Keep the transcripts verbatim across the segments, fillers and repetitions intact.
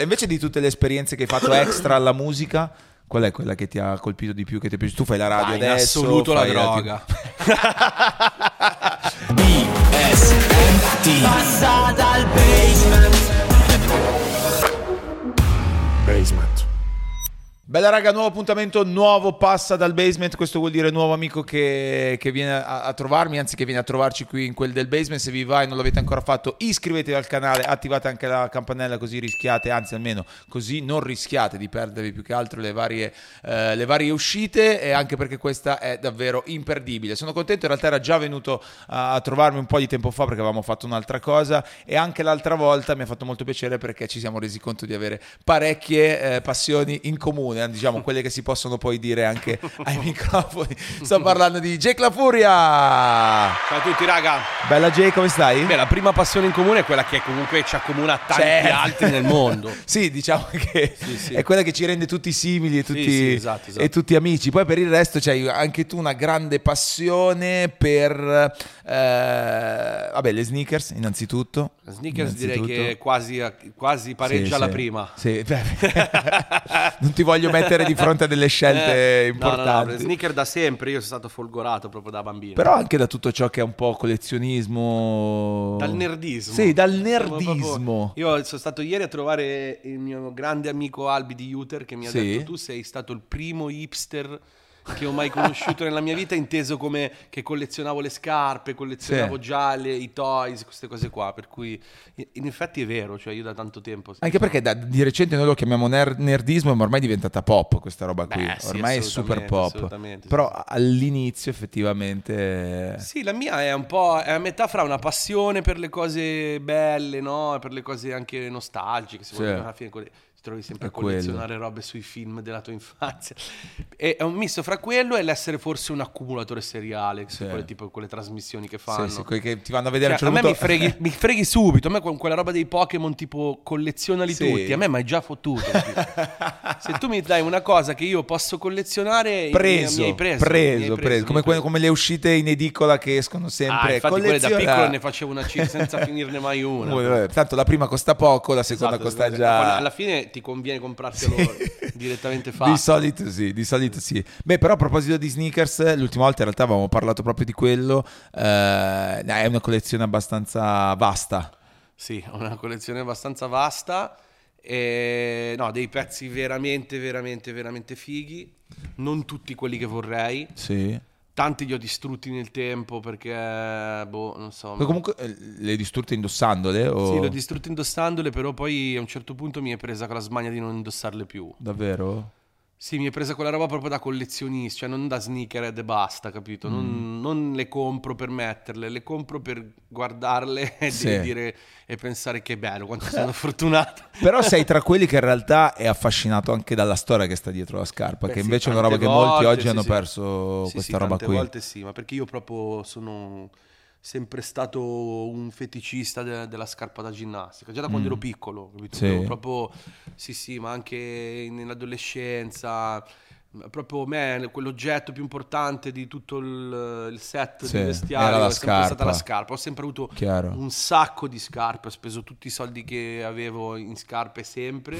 E invece di tutte le esperienze che hai fatto extra alla musica, qual è quella che ti ha colpito di più, che ti è piaciuta? Tu fai la radio Dai, adesso? in assoluto la fai droga. B S M T. Passa dal basement. Basement. Bella raga, nuovo appuntamento, nuovo Passa dal Basement. Questo vuol dire nuovo amico che, che viene a, a trovarmi, anzi che viene a trovarci qui in quel del basement. Se vi va e non l'avete ancora fatto, iscrivetevi al canale, attivate anche la campanella, così rischiate, anzi almeno così non rischiate di perdervi più che altro le varie, eh, le varie uscite, e anche perché questa è davvero imperdibile. Sono contento, in realtà era già venuto a, a trovarmi un po' di tempo fa perché avevamo fatto un'altra cosa, e anche l'altra volta mi ha fatto molto piacere perché ci siamo resi conto di avere parecchie eh, passioni in comune, diciamo quelle che si possono poi dire anche ai microfoni. Sto parlando di Jake La Furia. Ciao a tutti raga. Bella Jake, come stai? Beh, la prima passione in comune è quella che comunque ci accomuna tanti Certo. altri nel mondo. Sì, diciamo che Sì, sì. è quella che ci rende tutti simili e tutti, Sì, sì, esatto, esatto. e tutti amici. Poi per il resto c'hai anche tu una grande passione per eh, vabbè, le sneakers innanzitutto. Sneakers direi Innanzitutto. che quasi, quasi pareggia Sì, la sì. prima. Sì, non ti voglio mettere di fronte a delle scelte Eh, importanti. No, no, no, sneaker da sempre, io sono stato folgorato proprio da bambino. Però anche da tutto ciò che è un po' collezionismo. Dal nerdismo. Sì, dal Siamo nerdismo. proprio- Io sono stato ieri a trovare il mio grande amico Albi di Uter che mi ha Sì. detto: tu sei stato il primo hipster che ho mai conosciuto nella mia vita, inteso come che collezionavo le scarpe, collezionavo Sì. già le, i toys, queste cose qua, per cui in effetti è vero, cioè io da tanto tempo Anche perché da- di recente noi lo chiamiamo ner- nerdismo, ma ormai è diventata pop questa roba qui. Beh, sì, ormai è super assolutamente, pop. assolutamente, sì, Però sì. all'inizio effettivamente. Sì, la mia è un po' è a metà fra una passione per le cose belle, no? Per le cose anche nostalgiche, se Sì. vuoi, alla fine quelle- ti trovi sempre È a collezionare robe sui film della tua infanzia. E è un misto fra quello e l'essere forse un accumulatore seriale, Sì. quelle, tipo quelle trasmissioni che Sì, fanno. sì, quelli che ti vanno a vedere Cioè, a un a certo me mi punto. freghi, mi freghi subito, a me con quella roba dei Pokémon tipo collezionali Sì. tutti, a me mi hai già fottuto. capito? Se tu mi dai una cosa che io posso collezionare, Preso, mi hai preso, mi preso, hai preso, preso. mi hai Come, preso. come le uscite in edicola che escono Ah, sempre. infatti quelle da colleziona- piccolo ne facevo una cifra senza finirne mai una. Uh, vabbè, tanto la prima costa poco, la seconda Esatto, costa esatto. già. Alla fine ti conviene comprartelo direttamente fatto. Di solito sì, di solito sì. Beh, però a proposito di sneakers, l'ultima volta in realtà avevamo parlato proprio di quello. eh, è una collezione abbastanza vasta. Sì, ho una collezione abbastanza vasta. E, no, dei pezzi veramente, veramente, veramente fighi. Non tutti quelli che vorrei. Sì. Tanti li ho distrutti nel tempo perché, boh, non so. Ma comunque eh, le hai distrutte indossandole? O... Sì, le ho distrutte indossandole, però poi a un certo punto mi è presa con la smania di non indossarle più. Davvero? Sì, mi è presa quella roba proprio da collezionista, cioè non da sneakerhead e basta, capito? Non, non le compro per metterle, le compro per guardarle e Sì. di- dire e pensare che bello, quanto sono fortunato. Però sei tra quelli che in realtà è affascinato anche dalla storia che sta dietro la scarpa, Beh, che sì, invece è una tante roba che molti volte, oggi sì, hanno sì. perso Sì, questa sì, roba tante qui. volte sì, ma perché io proprio sono sempre stato un feticista de- della scarpa da ginnastica, già da quando ero piccolo, capito? Mm. Sì. Avevo proprio, sì sì, ma anche nell'adolescenza, proprio me, quell'oggetto più importante di tutto il, il set Sì, di vestiario era la è sempre stata scarpa. la scarpa. Ho sempre avuto Chiaro. un sacco di scarpe, ho speso tutti i soldi che avevo in scarpe sempre.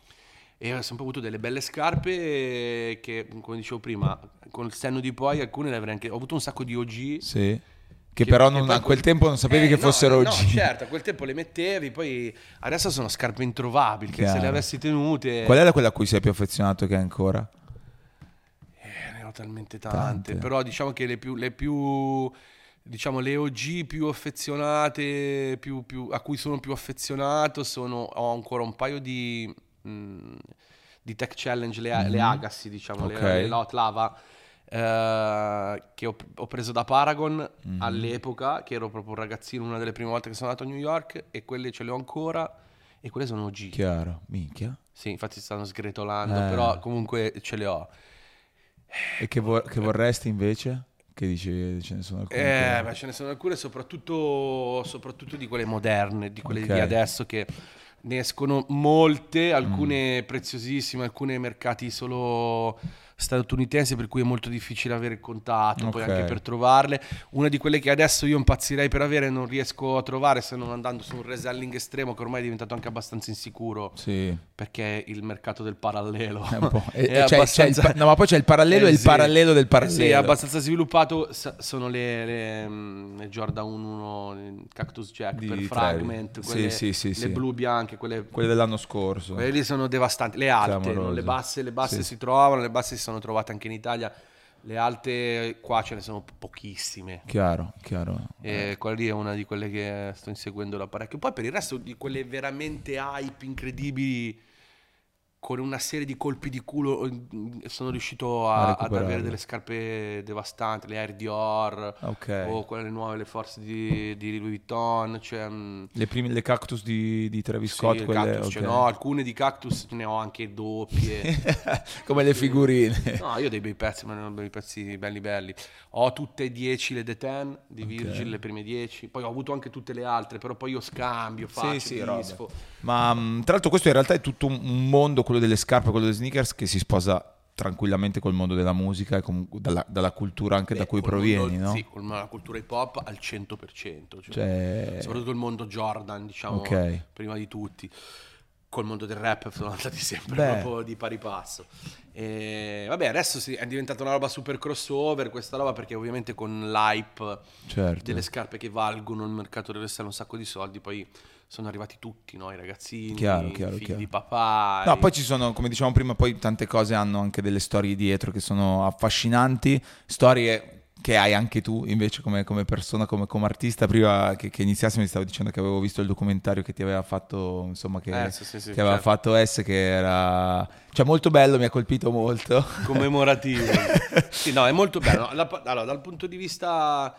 E ho sempre avuto delle belle scarpe che, come dicevo prima, con il senno di poi alcune le avrei anche... Ho avuto un sacco di O G. Sì. Che, Che- però che non- poi a quel que- tempo non sapevi Eh, che no, fossero no, oggi. certo, a quel tempo le mettevi, poi adesso sono scarpe introvabili, che se Chiaro. le avessi tenute... Qual è quella a cui sei più affezionato che hai ancora? Eh, ne ho talmente tante, Tante. però diciamo che le più... Le più diciamo le O G più affezionate, più, più, a cui sono più affezionato, sono, ho ancora un paio di... mh, di Tech Challenge, le, le Agassi, diciamo, Ok. le, le Hot Lava, eh, che ho, ho preso da Paragon all'epoca, che ero proprio un ragazzino, una delle prime volte che sono andato a New York, e quelle ce le ho ancora, e quelle sono O G. Chiaro, minchia. Sì, infatti stanno sgretolando, Eh. però comunque ce le ho. E che, vor- che vorresti invece? Che dici ce ne sono alcune? Eh, che- beh, ce ne sono alcune, soprattutto, soprattutto di quelle moderne, di quelle Ok. di adesso, che ne escono molte, Mm. alcune preziosissime, alcune ai mercati solo, statunitensi, per cui è molto difficile avere il contatto, poi Ok. anche per trovarle. Una di quelle che adesso io impazzirei per avere, non riesco a trovare se non andando su un reselling estremo, che ormai è diventato anche abbastanza insicuro, Sì. perché il mercato del parallelo È un po'. è E- c'è- c'è il abbastanza- pa- no, ma poi c'è il parallelo e il sì. parallelo del Eh parallelo. sì, è abbastanza sviluppato. S- sono le, le, mm, le Jordan uno, le Cactus Jack Di per Travis. Fragment, Sì, quelle, sì, sì, le sì. blu bianche, quelle, Quelle dell'anno scorso. quelle lì sono devastanti. Le alte, Clamorose. non le basse, le basse Sì. si trovano, le basse si sono trovate anche in Italia. Le alte qua ce ne sono pochissime. Chiaro, chiaro. E quella lì è una di quelle che sto inseguendo da parecchio. Poi per il resto di quelle veramente hype incredibili, con una serie di colpi di culo, eh, sono riuscito A a- ad recuperarle. avere delle scarpe devastanti, le Air Dior, Ok. o quelle nuove, le Force di, di Louis Vuitton, cioè, mh, Le prime le cactus di, di Travis sì, Scott, il quelle, Cactus, ok. cioè, no, alcune di Cactus ne ho anche doppie. Come le figurine. No, io ho dei bei pezzi, ma ne ho dei pezzi belli belli. Ho tutte e dieci le The Ten di Virgil, le prime dieci. Poi ho avuto anche tutte le altre, però poi io scambio, faccio, sì, roba. disfo. Ma mh, tra l'altro questo in realtà è tutto un un mondo, quello delle scarpe, quello delle sneakers, che si sposa tranquillamente col mondo della musica e comunque dalla, dalla cultura anche da Beh, cui col provieni, mondo- no? Sì, con la cultura hip hop al cento per cento. Cioè, Cioè, soprattutto il mondo Jordan, diciamo, Ok. prima di tutti. Col mondo del rap sono andati sempre Beh. proprio di pari passo. E, vabbè, adesso sì, è diventata una roba super crossover questa roba, perché ovviamente con l'hype certo. delle scarpe che valgono il mercato deve essere un sacco di soldi, poi sono arrivati tutti, no? I ragazzini, Chiaro, i chiaro, figli chiaro. di papà. No, i- poi ci sono, come dicevamo prima, poi tante cose hanno anche delle storie dietro che sono affascinanti, storie che hai anche tu invece come, come persona, come, come artista. Prima che, che iniziassimo mi stavo dicendo che avevo visto il documentario che ti aveva fatto, insomma, che, Eh, sì, sì, sì, che aveva certo. fatto S, che era, cioè, molto bello, mi ha colpito molto. commemorativo. Sì, no, è molto bello. No, da- allora, dal punto di vista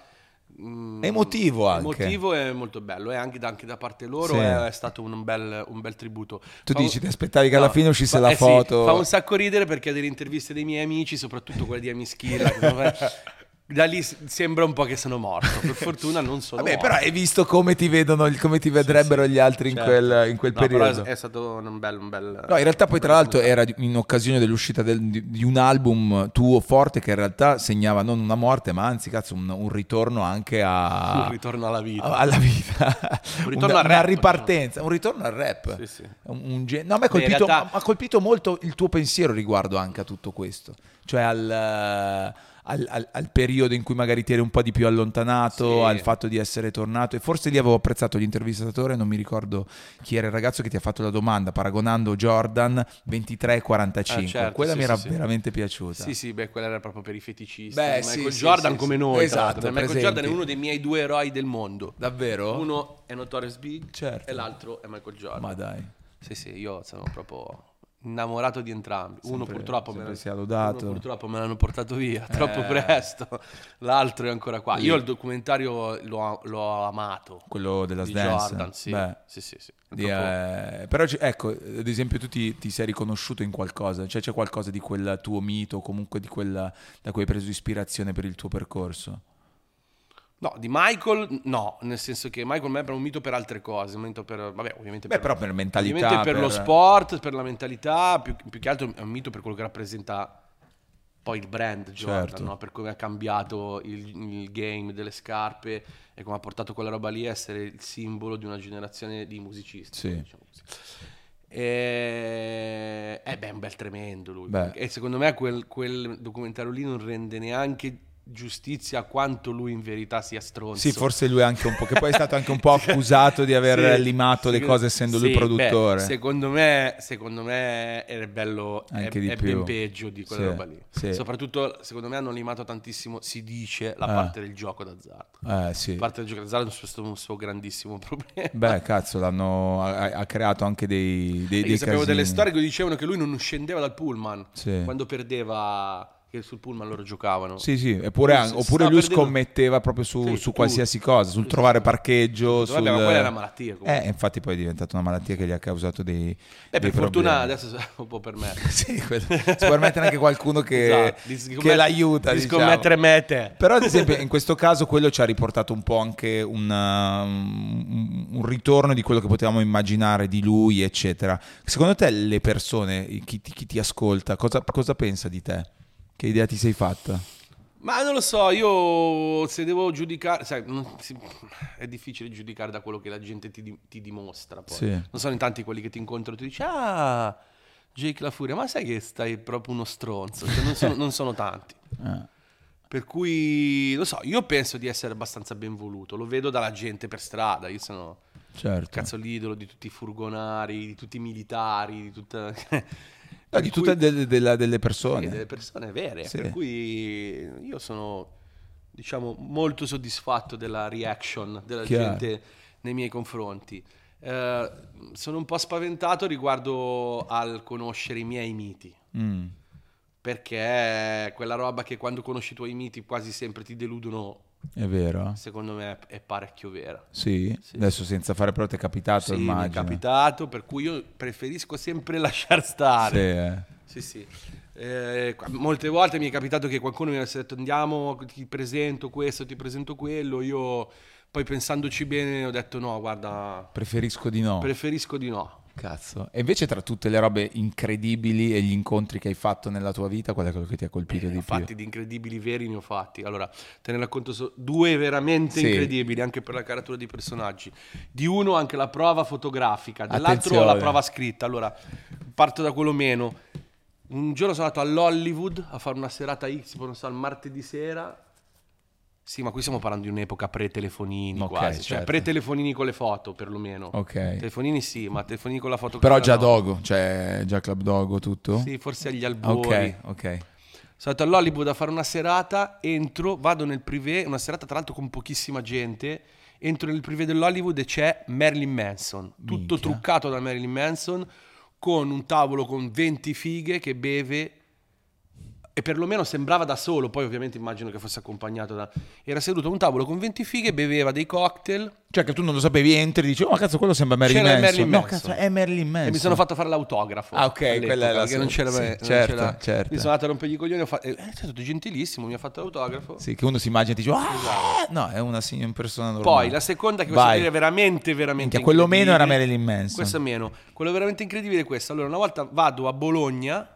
mm, Emotivo anche. emotivo è molto bello, e anche da, anche da parte loro Sì. è, è stato un bel, un bel tributo. Tu Fa un- dici, ti aspettavi che alla fine uscisse fa- la eh sì, foto? fa un sacco ridere, perché delle interviste dei miei amici, soprattutto quelle di Amischilla, che sono- da lì s- sembra un po' che sono morto. Per fortuna non sono Vabbè, morto. però hai visto come ti vedono, come ti vedrebbero gli altri in Certo. quel, in quel No, però periodo. è, è stato un bel, un bel No, in realtà poi un tra bel l'altro era di- in occasione dell'uscita del- di, di un album tuo forte, che in realtà segnava non una morte, ma anzi, cazzo, un, un ritorno anche a... un ritorno alla vita. a- alla vita. Un ritorno Una- al una rap, ripartenza, un ritorno al rap. Sì, sì. Un, un gen- no, a me ha Beh, in colpito, realtà- ha colpito molto il tuo pensiero riguardo anche a tutto questo, cioè al, eh, al, al- al periodo in cui magari ti eri un po' di più allontanato, Sì. al fatto di essere tornato. E forse lì avevo apprezzato l'intervistatore, non mi ricordo chi era il ragazzo che ti ha fatto la domanda paragonando Jordan ventitré e quarantacinque. Ah, certo, Quella sì, mi era sì, sì. veramente piaciuta. Sì, sì, beh, quella era proprio per i feticisti. Beh, Michael sì, sì, Jordan sì, come sì. noi, tra Esatto, l'altro. Michael presenti. Jordan è uno dei miei due eroi del mondo. Davvero? Uno è Notorious Big, Certo. e l'altro è Michael Jordan. Ma dai. Sì, sì, io sono proprio innamorato di entrambi. Uno Sempre- purtroppo, me sempre l'hanno, sia lodato. uno purtroppo me l'hanno portato via troppo Eh. presto. L'altro è ancora qua. Lì. Io il documentario l'ho, l'ho amato. Quello della Di dance. Jordan, sì. Beh. Sì, sì, sì. È Di, proprio- eh, però c- ecco, ad esempio tu ti, ti sei riconosciuto in qualcosa, cioè c'è qualcosa di quel tuo mito o comunque di quella da cui hai preso ispirazione per il tuo percorso? No, di Michael no, nel senso che Michael è un mito per altre cose, un mito per, vabbè, ovviamente Beh, per, però per mentalità, ovviamente per, lo per- sport, per la mentalità, più, più che altro è un mito per quello che rappresenta poi il brand Jordan, Certo. no? Per come ha cambiato il, il game delle scarpe e come ha portato quella roba lì a essere il simbolo di una generazione di musicisti. Sì. Diciamo così. E eh, beh, è un bel tremendo lui. Beh. E secondo me quel, quel documentario lì non rende neanche giustizia a quanto lui in verità sia stronzo. Sì, forse lui è anche un po', che poi è stato anche un po' accusato di aver Sì, limato le sì, cose essendo lui sì, produttore. beh, secondo me, secondo me è bello, è, Anche di è più. ben peggio di quella Sì, roba lì. sì. Soprattutto, secondo me hanno limato tantissimo, si dice, la Ah. parte del gioco d'azzardo. Eh, sì. La parte del gioco d'azzardo è stato un suo grandissimo problema. Beh, cazzo, l'hanno, ha, ha creato anche dei, dei, Io dei sapevo casini. delle storie che dicevano che lui non scendeva dal pullman Sì. quando perdeva, che sul pullman loro giocavano. Sì, sì, eppure Lui an- s- oppure stava lui perdendo- scommetteva proprio su, Sì, su tutto. qualsiasi cosa, sul Sì, trovare sì. parcheggio. Vabbè, sul... ma quella è una malattia comunque. Eh, infatti poi è diventata una malattia che gli ha causato dei, Beh, dei per fortuna problemi. adesso non può permettere. Sì, quello- si può permettere anche qualcuno che, Esatto, di che scommettere- l'aiuta, di diciamo. scommettere mete. Però ad esempio in questo caso quello ci ha riportato un po' anche una- un, un ritorno di quello che potevamo immaginare di lui, eccetera. Secondo te le persone, chi ti, chi ti ascolta, cosa, cosa pensa di te? Che idea ti sei fatta? Ma non lo so, io se devo giudicare, sai, non si- è difficile giudicare da quello che la gente ti, di- ti dimostra. Poi. Sì. Non sono in tanti quelli che ti incontrano e ti dici, ah, Jake La Furia, ma sai che stai proprio uno stronzo? Cioè, non, sono, non sono tanti. Ah. Per cui, lo so, io penso di essere abbastanza ben voluto, lo vedo dalla gente per strada, io sono Certo. cazzo l'idolo di tutti i furgonari, di tutti i militari, di tutta... Ah, di Per tutte cui- de- delle, delle persone. Sì, delle persone vere, Sì. per cui io sono, diciamo, molto soddisfatto della reaction della Chiaro. gente nei miei confronti. Eh, sono un po' spaventato riguardo al conoscere i miei miti, Mm. perché è quella roba che quando conosci i tuoi miti quasi sempre ti deludono, È vero? secondo me è, è parecchio vera. Sì? Sì, Adesso senza fare però ti è capitato, Sì, mi è immagino. capitato, per cui io preferisco sempre lasciar Sì, stare. eh. Sì, sì. Eh, molte volte mi è capitato che qualcuno mi avesse detto andiamo, ti presento questo, ti presento quello. Io poi pensandoci bene ho detto no, guarda, Preferisco di no. preferisco di no. Cazzo. E invece tra tutte le robe incredibili e gli incontri che hai fatto nella tua vita, qual è quello che ti ha colpito Ne di ho più? fatti di incredibili veri, ne ho fatti. Allora, te ne racconto so- due veramente Sì. incredibili, anche per la caratura di personaggi. Di uno anche la prova fotografica, dell'altro Attenzione. la prova scritta. Allora, parto da quello meno. Un giorno sono andato all'Hollywood a fare una serata X, tipo non so, il martedì sera. Sì, ma qui stiamo parlando di un'epoca pre-telefonini Ok, quasi, cioè certo. pre-telefonini con le foto perlomeno. Ok. Telefonini sì, ma telefonini con la foto. Però già Dogo, cioè già Club Dogo, tutto? Sì, forse agli albori. Ok, ok. Sono andato all'Hollywood a fare una serata, entro, vado nel privé, una serata tra l'altro con pochissima gente, entro nel privé dell'Hollywood e c'è Marilyn Manson, tutto Minchia. truccato da Marilyn Manson, con un tavolo con venti fighe che beve, e perlomeno sembrava da solo, poi ovviamente immagino che fosse accompagnato da... Era seduto a un tavolo con venti fighe, beveva dei cocktail, Cioè che tu non lo sapevi, entri e dici, oh ma cazzo quello sembra Marilyn C'era Manson. Marilyn No, Manson. cazzo, è Marilyn Manson. e mi sono fatto fare l'autografo. Ah, ok, all'epoca, quella è la perché non c'era, sì, non certo, c'era- certo. Mi sono andato a rompere i coglioni, ho fatto, eh, è stato gentilissimo, mi ha fatto l'autografo. Sì, che uno si immagina e dice, ah! Esatto. No, è una, sì, una persona normale. Poi la seconda che posso Vai. dire veramente, veramente Minchia, quello meno era incredibile- Marilyn Manson. Questo è meno. Quello veramente incredibile è questo. Allora, una volta vado a Bologna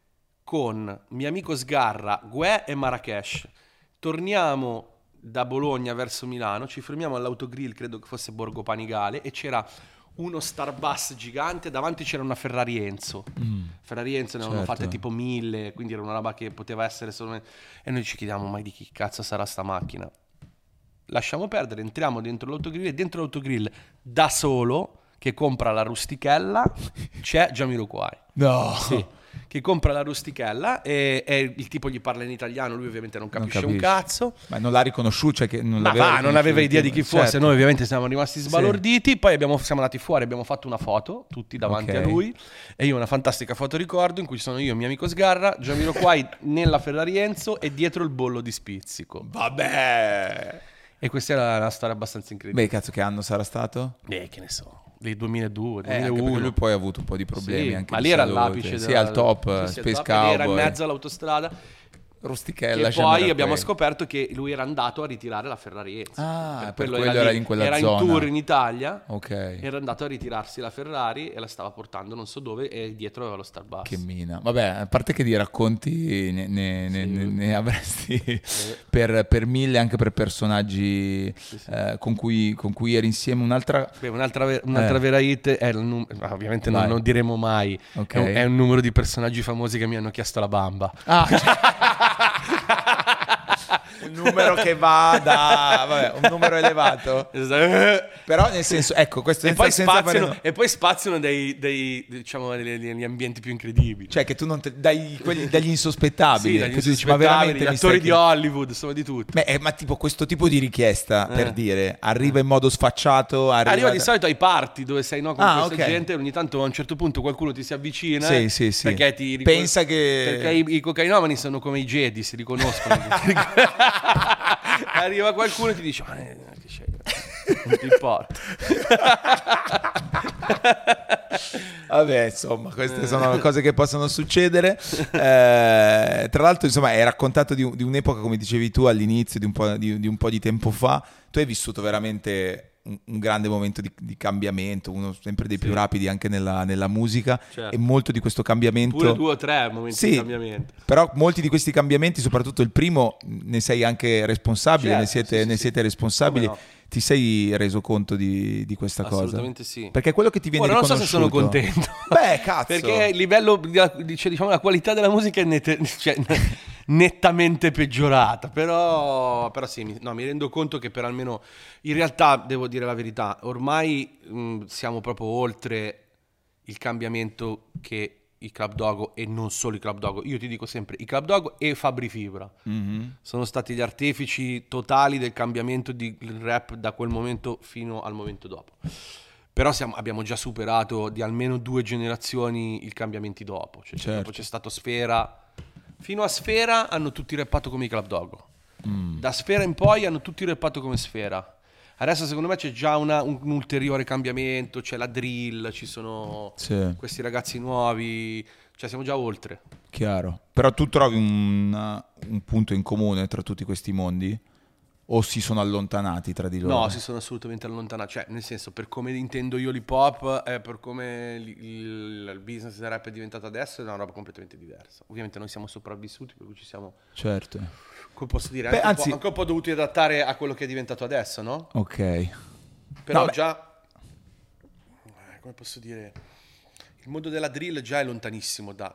con mio amico Sgarra, Guè e Marrakesh. Torniamo da Bologna verso Milano, ci fermiamo all'autogrill, credo che fosse Borgo Panigale, e c'era uno Starbus gigante, davanti c'era una Ferrari Enzo. Ferrari Enzo ne avevano certo. fatte tipo mille, quindi era una roba che poteva essere solo... E noi ci chiediamo, ma di chi cazzo sarà sta macchina? Lasciamo perdere, entriamo dentro l'autogrill e dentro l'autogrill da solo, che compra la rustichella, c'è Jamiroquai. No. Sì, che compra la rustichella e, e il tipo gli parla in italiano, lui ovviamente non Non capisce un capisce. cazzo. Ma non l'ha riconosciuto, cioè che non Ma l'aveva va, non aveva riconosciuto. idea di chi fosse, Certo. noi ovviamente siamo rimasti sbalorditi, poi abbiamo- siamo andati fuori, abbiamo fatto una foto, tutti davanti Ok. a lui, e io una fantastica foto ricordo in cui ci sono io e mio amico Sgarra, Jamiroquai nella Ferrari Enzo e dietro il bollo di spizzico. Vabbè. E questa era una storia abbastanza incredibile. Beh, cazzo, che anno sarà stato? Eh, che ne so, del duemiladue, Eh, anche perché duemilauno. lui poi ha avuto un po' di problemi Sì, anche ma di lì era salute. all'apice Sì, della- al top, sì, sì, al Space top, e lì era in Cowboy. mezzo all'autostrada. Rustichella. E Jamiroquai. poi abbiamo scoperto che lui era andato a ritirare la Ferrari Enzo. Ah, per quello lì, era in quella era zona. in tour in Italia. Ok. Era andato a ritirarsi la Ferrari e la stava portando non so dove e dietro aveva lo Starbucks. Che mina. Vabbè, a parte che di racconti ne, ne- ne- Sì. ne- ne avresti per, per mille, anche per personaggi sì. eh, con, cui, con cui eri insieme. Un'altra... Beh, un'altra, ver- un'altra Eh. vera hit è il num- ah, ovviamente non, Vai. non diremo mai. Ok. È, un, è un numero di personaggi famosi che mi hanno chiesto la bamba. Ah, un numero che va da... Vabbè, un numero elevato. Però nel senso, ecco, questo E senza, poi, senza fare- spaziano, e poi spaziano dei, dei, diciamo, degli, degli ambienti più incredibili. Cioè che tu non te, dai quelli, dagli insospettabili. Sì, dagli che tu dici, ma insospettabili, veramente gli mi attori stai di Hollywood, insomma di tutto. Beh, eh, ma tipo questo tipo di richiesta, Eh. per dire, arriva in modo sfacciato, arriva, Arriva di solito ai party dove sei no, con Ah, questa ok. gente e ogni tanto a un certo punto qualcuno ti si avvicina Sì, eh, sì, sì. perché ti ricor- Pensa che- perché i, i cocainomani sono come i Jedi, si riconoscono. Arriva qualcuno e ti dice ma eh, che c'è? Non ti importa. Vabbè, insomma, queste sono cose che possono succedere. Eh, tra l'altro, insomma, hai raccontato di, un- di un'epoca, come dicevi tu all'inizio, di un, po', di, di un po' di tempo fa. Tu hai vissuto veramente un, un grande momento di, di cambiamento, uno sempre dei Sì. più rapidi anche nella, nella musica, Certo. e molto di questo cambiamento... Pure due o tre momenti Sì, di cambiamento. però molti di questi cambiamenti, soprattutto il primo, ne sei anche responsabile, Certo, ne siete, sì, sì, ne sì. siete responsabili. Come no? Ti sei reso conto di, di questa cosa? Assolutamente sì. Perché è quello che ti viene Ora non so riconosciuto. se sono contento. Beh, cazzo. Perché il livello, di- cioè, diciamo, la qualità della musica è nette- cioè, nettamente peggiorata. Però, però sì, mi, no, mi rendo conto che per almeno... In realtà, devo dire la verità, ormai mh, siamo proprio oltre il cambiamento che i Club Dogo, e non solo i Club Dogo. Io ti dico sempre, i Club Dogo e Fabri Fibra Mhm. sono stati gli artefici totali del cambiamento del rap da quel momento fino al momento dopo. Però siamo- abbiamo già superato di almeno due generazioni i cambiamenti dopo. Cioè, Certo. dopo c'è stato Sfera. Fino a Sfera hanno tutti rappato come i Club Dogo. Mm. Da Sfera in poi hanno tutti rappato come Sfera. Adesso secondo me c'è già una- un, un ulteriore cambiamento, c'è la drill, ci sono Sì, questi ragazzi nuovi, cioè siamo già oltre. chiaro. Però tu trovi un, un punto in comune tra tutti questi mondi? O si sono allontanati tra di loro? No, si sono assolutamente allontanati, cioè nel senso, per come intendo io l'hip hop e per come il, il- il business del rap è diventato adesso, è una roba completamente diversa. Ovviamente noi siamo sopravvissuti, per cui ci siamo, Certo. come posso dire, Beh, anche, anzi- un po', anche un po' dovuti adattare a quello che è diventato adesso, no? Ok. Però No, beh- già, eh, come posso dire, il mondo della drill già è lontanissimo da...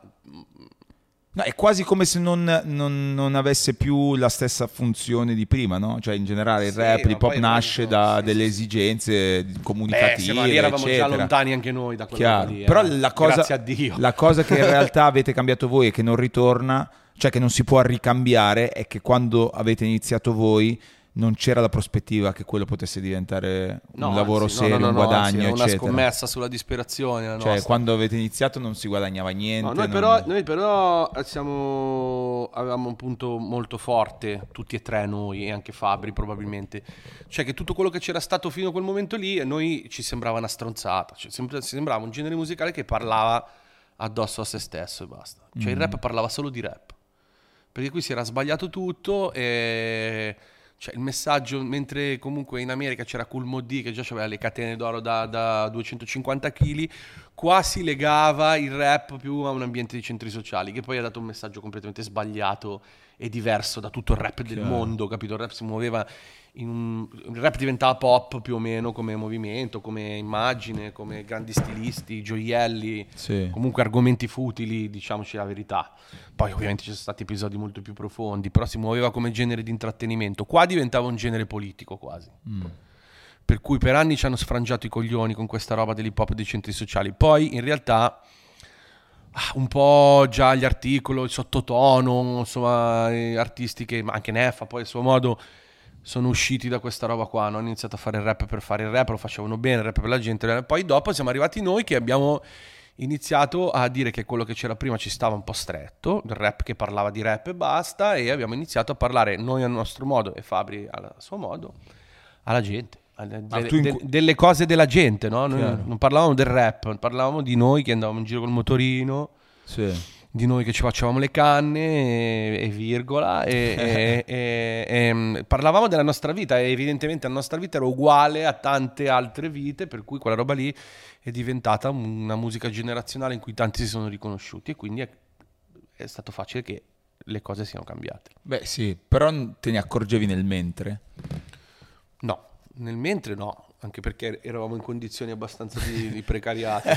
No, è quasi come se non, non- non avesse più la stessa funzione di prima, no? Cioè in generale il Sì, rap, ma l'hip hop poi nasce immagino- da sì, delle sì, sì. esigenze Beh, comunicative, sì, ma lì eravamo già eccetera. lontani anche noi da quella Chiaro. roba lì, eh. Però la cosa, Grazie a Dio. la cosa che in realtà avete cambiato voi e che non ritorna, cioè che non si può ricambiare, è che quando avete iniziato voi non c'era la prospettiva che quello potesse diventare un No, siero, anzi, no, no, no, un no, anzi, guadagno, era una eccetera. scommessa sulla disperazione la Cioè, nostra. quando avete iniziato non si guadagnava niente. No, noi, non- però, noi però siamo, avevamo un punto molto forte, tutti e tre noi, e anche Fabri probabilmente, cioè che tutto quello che c'era stato fino a quel momento lì, a noi ci sembrava una stronzata, cioè, sem- sembrava un genere musicale che parlava addosso a se stesso e basta. Cioè il rap parlava solo di rap, perché qui si era sbagliato tutto e... Cioè il messaggio, mentre comunque in America c'era Kool Moe Dee che già aveva le catene d'oro da, da duecentocinquanta chili, qua si legava il rap più a un ambiente di centri sociali, che poi ha dato un messaggio completamente sbagliato e diverso da tutto il rap del Chiaro. mondo, capito? Il rap si muoveva in un... il rap diventava pop più o meno come movimento, come immagine, come grandi stilisti, gioielli, Sì. comunque argomenti futili, diciamoci la verità. Poi ovviamente ci sono stati episodi molto più profondi, però si muoveva come genere di intrattenimento. Qua diventava un genere politico quasi. Mm. Per cui per anni ci hanno sfrangiato i coglioni con questa roba dell'hip hop dei centri sociali. Poi in realtà ah, un po' già gli articoli, il sottotono, insomma, eh, artisti che, ma anche Neffa poi a suo modo, sono usciti da questa roba qua, hanno iniziato a fare il rap per fare il rap, lo facevano bene, il rap per la gente. Poi dopo siamo arrivati noi che abbiamo iniziato a dire che quello che c'era prima ci stava un po' stretto, il rap che parlava di rap e basta, e abbiamo iniziato a parlare noi al nostro modo e Fabri al suo modo alla gente, alle- Ma delle, tu in de- cu- delle cose della gente, no? Noi Chiaro. non parlavamo del rap, parlavamo di noi che andavamo in giro col motorino, Sì. di noi che ci facevamo le canne e, e virgola e, e- e- e, mm, parlavamo della nostra vita e evidentemente la nostra vita era uguale a tante altre vite, per cui quella roba lì è diventata una musica generazionale in cui tanti si sono riconosciuti e quindi è, è stato facile che le cose siano cambiate. Beh sì, però te ne accorgevi nel mentre. No, nel mentre no, anche perché eravamo in condizioni abbastanza di, di precariato.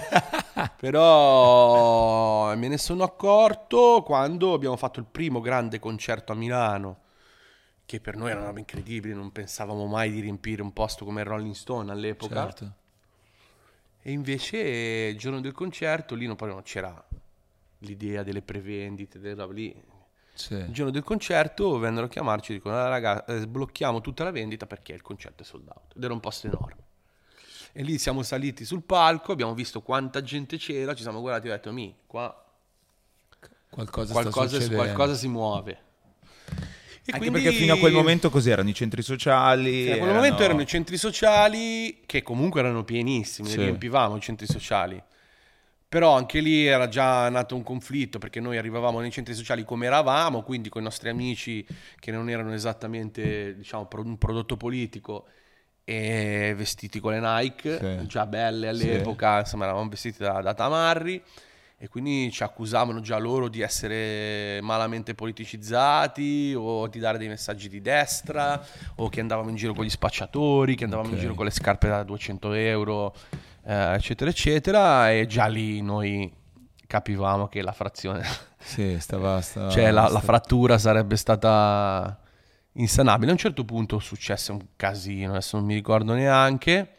Però me ne sono accorto quando abbiamo fatto il primo grande concerto a Milano, che per noi era una roba incredibile, non pensavamo mai di riempire un posto come Rolling Stone all'epoca. Certo. E invece il giorno del concerto lì non, poi non c'era l'idea delle prevendite, delle robe lì. Sì. Il giorno del concerto vennero a chiamarci e dicono: "Ah, raga, eh, sblocchiamo tutta la vendita perché il concerto è sold out", ed era un posto enorme. E lì siamo saliti sul palco, abbiamo visto quanta gente c'era, ci siamo guardati e ho detto: mi, qua Qualcosa, qualcosa, sta succedendo. qualcosa si muove. E Anche quindi- perché fino a quel momento cos'erano? I centri sociali? Fino a quel momento erano i centri sociali che comunque erano pienissimi, Sì. li riempivamo i centri sociali. Però anche lì era già nato un conflitto perché noi arrivavamo nei centri sociali come eravamo, quindi con i nostri amici che non erano esattamente, diciamo, pro- un prodotto politico, e vestiti con le Nike, Sì. già belle all'epoca, insomma eravamo vestiti da, da tamarri, e quindi ci accusavano già loro di essere malamente politicizzati o di dare dei messaggi di destra, o che andavamo in giro con gli spacciatori, che andavamo Ok. in giro con le scarpe da duecento euro, eh, eccetera eccetera, e già lì noi capivamo che la frazione, Sì, stava... stava cioè la, la stava- frattura sarebbe stata insanabile. A un certo punto successe un casino, adesso non mi ricordo neanche.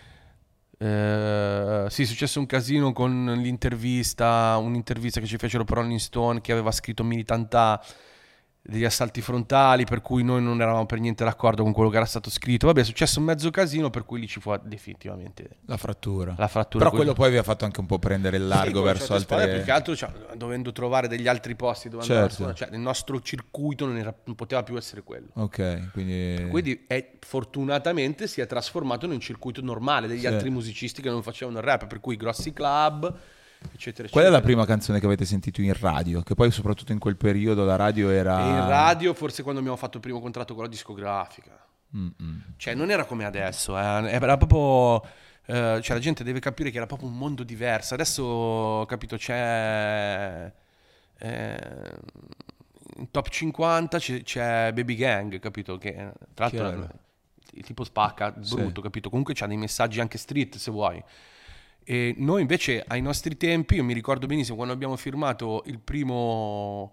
Eh, sì, è successo un casino con l'intervista, un'intervista che ci fecero per Rolling Stone, che aveva scritto militantà degli assalti frontali, per cui noi non eravamo per niente d'accordo con quello che era stato scritto. Vabbè, è successo un mezzo casino, per cui lì ci fu definitivamente La frattura. la frattura. Però quello poi vi ha fatto anche un po' prendere il largo Sì, verso certe squadre, altre... più che altro, cioè, dovendo trovare degli altri posti dove andare a Certo. scuola, cioè il nostro circuito non, era- non poteva più essere quello. Ok, quindi... Quindi è, fortunatamente si è trasformato in un circuito normale degli Sì. altri musicisti che non facevano il rap, per cui grossi club, eccetera, Qual è la eccetera. prima canzone che avete sentito in radio? Che poi soprattutto in quel periodo la radio era... E in radio, forse quando abbiamo fatto il primo contratto con la discografica. Mm-mm. Cioè non era come adesso, eh. Era proprio... eh, cioè la gente deve capire che era proprio un mondo diverso. Adesso, capito, c'è... eh, in top cinquanta c'è, c'è Baby Gang, capito? Che tra l'altro Chiaro. è tipo spacca, brutto, Sì. capito? Comunque c'ha dei messaggi anche street, se vuoi. E noi invece ai nostri tempi, io mi ricordo benissimo quando abbiamo firmato il primo,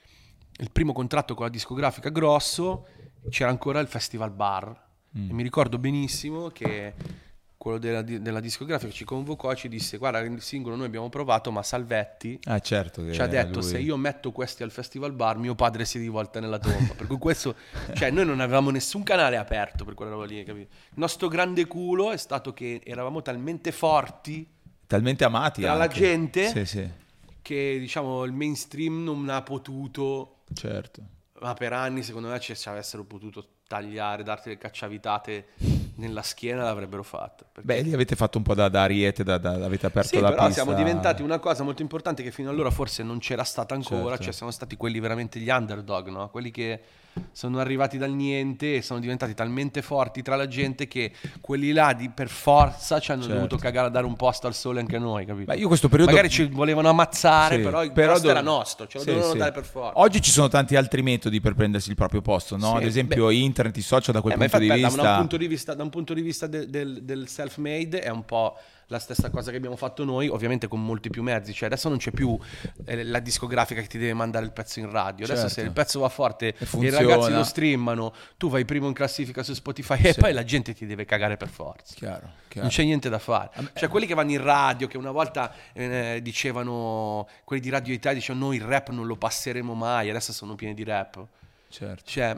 il primo contratto con la discografica grosso, c'era ancora il Festival Bar. Mm. E mi ricordo benissimo che quello della, della discografica ci convocò e ci disse: guarda, il singolo noi abbiamo provato, ma Salvetti Ah, certo che ci ha detto: lui- se io metto questi al Festival Bar, mio padre si rivolta nella tomba. Per cui questo, cioè, noi non avevamo nessun canale aperto per quella roba lì, capito? Il nostro grande culo è stato che eravamo talmente forti Talmente amati tra la anche. gente Sì, sì, che, diciamo, il mainstream non ha potuto, certo. ma per anni secondo me ci ci avessero potuto tagliare, darti le cacciavitate nella schiena, l'avrebbero fatto. Perché- Beh, lì avete fatto un po' da, da ariete, da, da- avete aperto Sì, la però pista. siamo diventati una cosa molto importante che fino allora forse non c'era stata ancora, Certo. cioè siamo stati quelli veramente gli underdog, no? Quelli che sono arrivati dal niente e sono diventati talmente forti tra la gente che quelli là di, per forza ci hanno Certo. dovuto cagare a dare un posto al sole anche a noi, capito? Beh, io questo periodo... Magari ci volevano ammazzare, Sì, però il però posto dov- era nostro, ce lo Sì, dovevano sì. dare per forza. Oggi ci sono tanti altri metodi per prendersi il proprio posto, no? Sì, Ad esempio internet, i social, da quel Eh, ma punto di infatti, da- vista... Da un punto di vista, da un punto di vista del, del, del self-made è un po' la stessa cosa che abbiamo fatto noi, ovviamente con molti più mezzi. Cioè adesso non c'è più eh, la discografica che ti deve mandare il pezzo in radio. Adesso Certo. se il pezzo va forte e i funziona. ragazzi lo streamano, tu vai primo in classifica su Spotify e Sì. poi la gente ti deve cagare per forza. Chiaro, chiaro. Non c'è niente da fare. Cioè quelli che vanno in radio, che una volta eh, dicevano, quelli di Radio Italia dicevano noi il rap non lo passeremo mai, adesso sono pieni di rap. Certo. Cioè,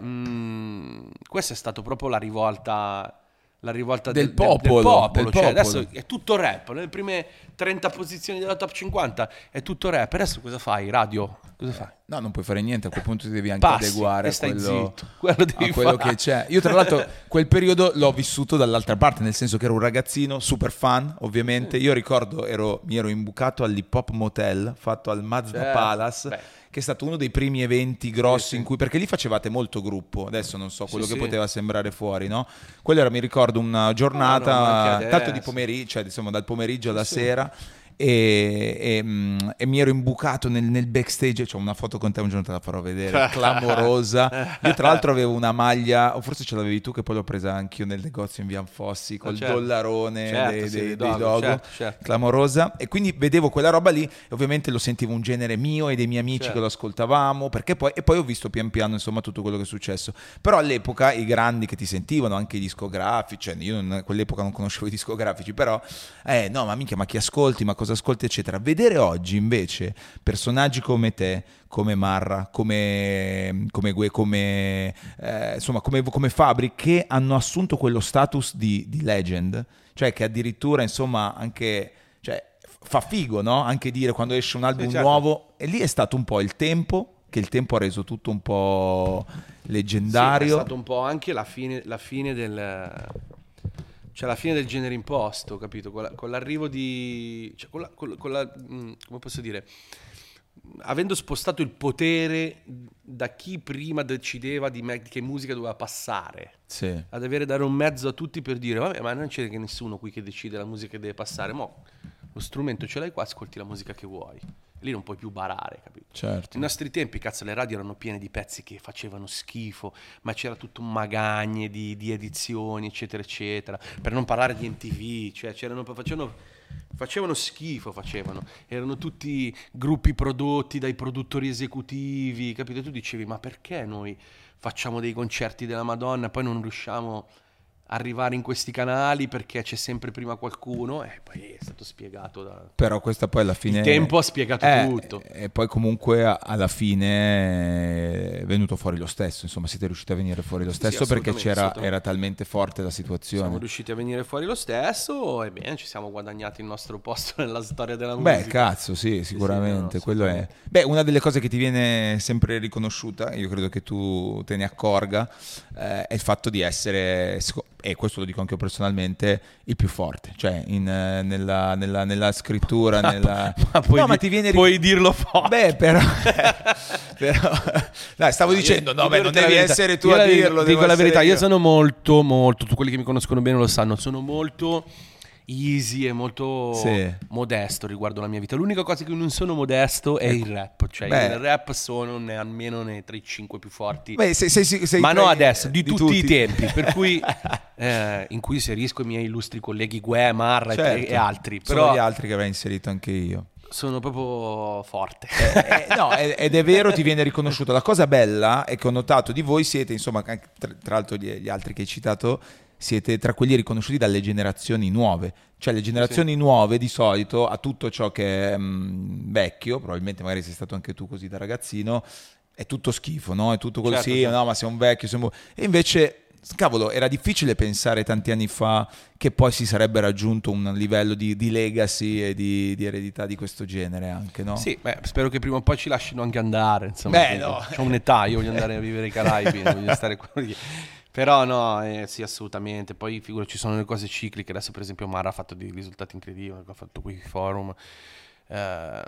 mh, questa è stata proprio la rivolta, la rivolta Del del, del- del popolo, popolo. del Cioè, popolo. adesso è tutto rap. Nelle prime trenta posizioni della top cinquanta è tutto rap. Adesso cosa fai? Radio? Cosa fai? No, non puoi fare niente, a quel punto ti devi anche Passi adeguare e a stai quello, zitto. Quello devi a quello fare. che c'è. Io tra l'altro quel periodo l'ho vissuto dall'altra parte, nel senso che ero un ragazzino, super fan ovviamente. Io ricordo, ero, mi ero imbucato all'Hip Hop Motel, fatto al Mazda Certo. Palace, Beh. che è stato uno dei primi eventi grossi Sì, sì. in cui, perché lì facevate molto gruppo, adesso non so quello Sì, che sì. poteva sembrare fuori, no? Quello era, mi ricordo, una giornata, No, no, ma anche tanto di adesso. pomeriggio, cioè insomma dal pomeriggio alla sera. E, e, mm, e mi ero imbucato nel, nel backstage. C'ho una foto con te, un giorno te la farò vedere, clamorosa. Io tra l'altro avevo una maglia, o forse ce l'avevi tu, che poi l'ho presa anch'io nel negozio in via Anfossi col certo. dollarone Certo, dei, sì, dei- dei dei Dogo, Dogo, certo, certo. clamorosa. E quindi vedevo quella roba lì e ovviamente lo sentivo un genere mio e dei miei amici Certo. che lo ascoltavamo, perché poi, e poi ho visto pian piano insomma tutto quello che è successo. Però all'epoca i grandi che ti sentivano, anche i discografici, cioè io non, a quell'epoca non conoscevo i discografici, però eh no, ma minchia, ma chi ascolti, ma cosa ascolti, eccetera. Vedere oggi invece personaggi come te, come Marra, come come, Gue- come eh, insomma come, come Fabri, che hanno assunto quello status di, di legend, cioè che addirittura insomma anche, cioè, fa figo, no? Anche dire quando esce un album Sì, certo. nuovo, e lì è stato un po' il tempo, che il tempo ha reso tutto un po' Sì, leggendario. è stato un po' anche la fine, la fine del... Cioè la fine del genere imposto, capito? Con, la- con l'arrivo di... Cioè con la, con- con la- mh, come posso dire? avendo spostato il potere da chi prima decideva di me- che musica doveva passare, Sì. ad avere dare un mezzo a tutti per dire vabbè, ma non c'è che nessuno qui che decide la musica che deve passare, mo lo strumento ce l'hai qua, ascolti la musica che vuoi. Lì non puoi più barare, capito? Certo. Ai nostri tempi, cazzo, le radio erano piene di pezzi che facevano schifo, ma c'era tutto un magagne di, di edizioni, eccetera, eccetera. Per non parlare di M T V, cioè c'erano, facevano, facevano schifo, facevano. Erano tutti gruppi prodotti dai produttori esecutivi, capito? Tu dicevi, ma perché noi facciamo dei concerti della Madonna e poi non riusciamo arrivare in questi canali perché c'è sempre prima qualcuno? E poi è stato spiegato da... Però questa poi alla fine... Il tempo ha spiegato eh, tutto. E poi comunque a- alla fine è venuto fuori lo stesso, insomma siete riusciti a venire fuori lo stesso perché assolutamente, c'era, assolutamente. era talmente forte la situazione. Siamo riusciti a venire fuori lo stesso e bene, ci siamo guadagnati il nostro posto nella storia della musica. Beh, cazzo, sì, sicuramente, sì, no, quello è. Beh, una delle cose che ti viene sempre riconosciuta, io credo che tu te ne accorga, eh, è il fatto di essere, e questo lo dico anche io personalmente, il più forte, cioè in, eh, nella, nella, nella scrittura, nella... Ma puoi, no, di- ma ti viene puoi dirlo forte. Beh, però, però dai, stavo dicendo, no, Io beh, devo non dire la devi verità. essere tu Io a la- dirlo. Dico devo la essere verità, io io. sono molto, molto, tu quelli che mi conoscono bene lo sanno, sono molto easy e molto Sì. modesto riguardo la mia vita. L'unica cosa che non sono modesto è il rap, cioè Beh. il rap sono ne- almeno nei tra i cinque più forti. Beh, sei- sei- sei Ma tra no i- adesso, di, di tutti, i tutti. tempi, per cui eh, in cui inserisco i miei illustri colleghi Gue, Marra e- Certo. e, altri, Sono però gli altri che avrei inserito anche io. sono proprio forte. Eh, eh, no, ed ed è vero, ti viene riconosciuto. La cosa bella è che ho notato di voi siete, insomma, anche tra, tra l'altro gli, gli altri che hai citato, siete tra quelli riconosciuti dalle generazioni nuove. Cioè le generazioni nuove di solito a tutto ciò che è mh, vecchio, probabilmente magari sei stato anche tu così da ragazzino, è tutto schifo, no? È tutto così, Certo, certo. no, ma sei un vecchio, sei un... E invece... Cavolo, era difficile pensare tanti anni fa che poi si sarebbe raggiunto un livello di, di legacy e di, di eredità di questo genere anche, no? Sì, beh, spero che prima o poi ci lasciano anche andare, insomma. Beh, no. C'ho un'età, io voglio andare a vivere ai Caraibi, voglio stare qua. Però no, eh, sì, assolutamente. Poi figura, ci sono le cose cicliche. Adesso per esempio Mara ha fatto dei risultati incredibili, ha fatto qui forum. Eh,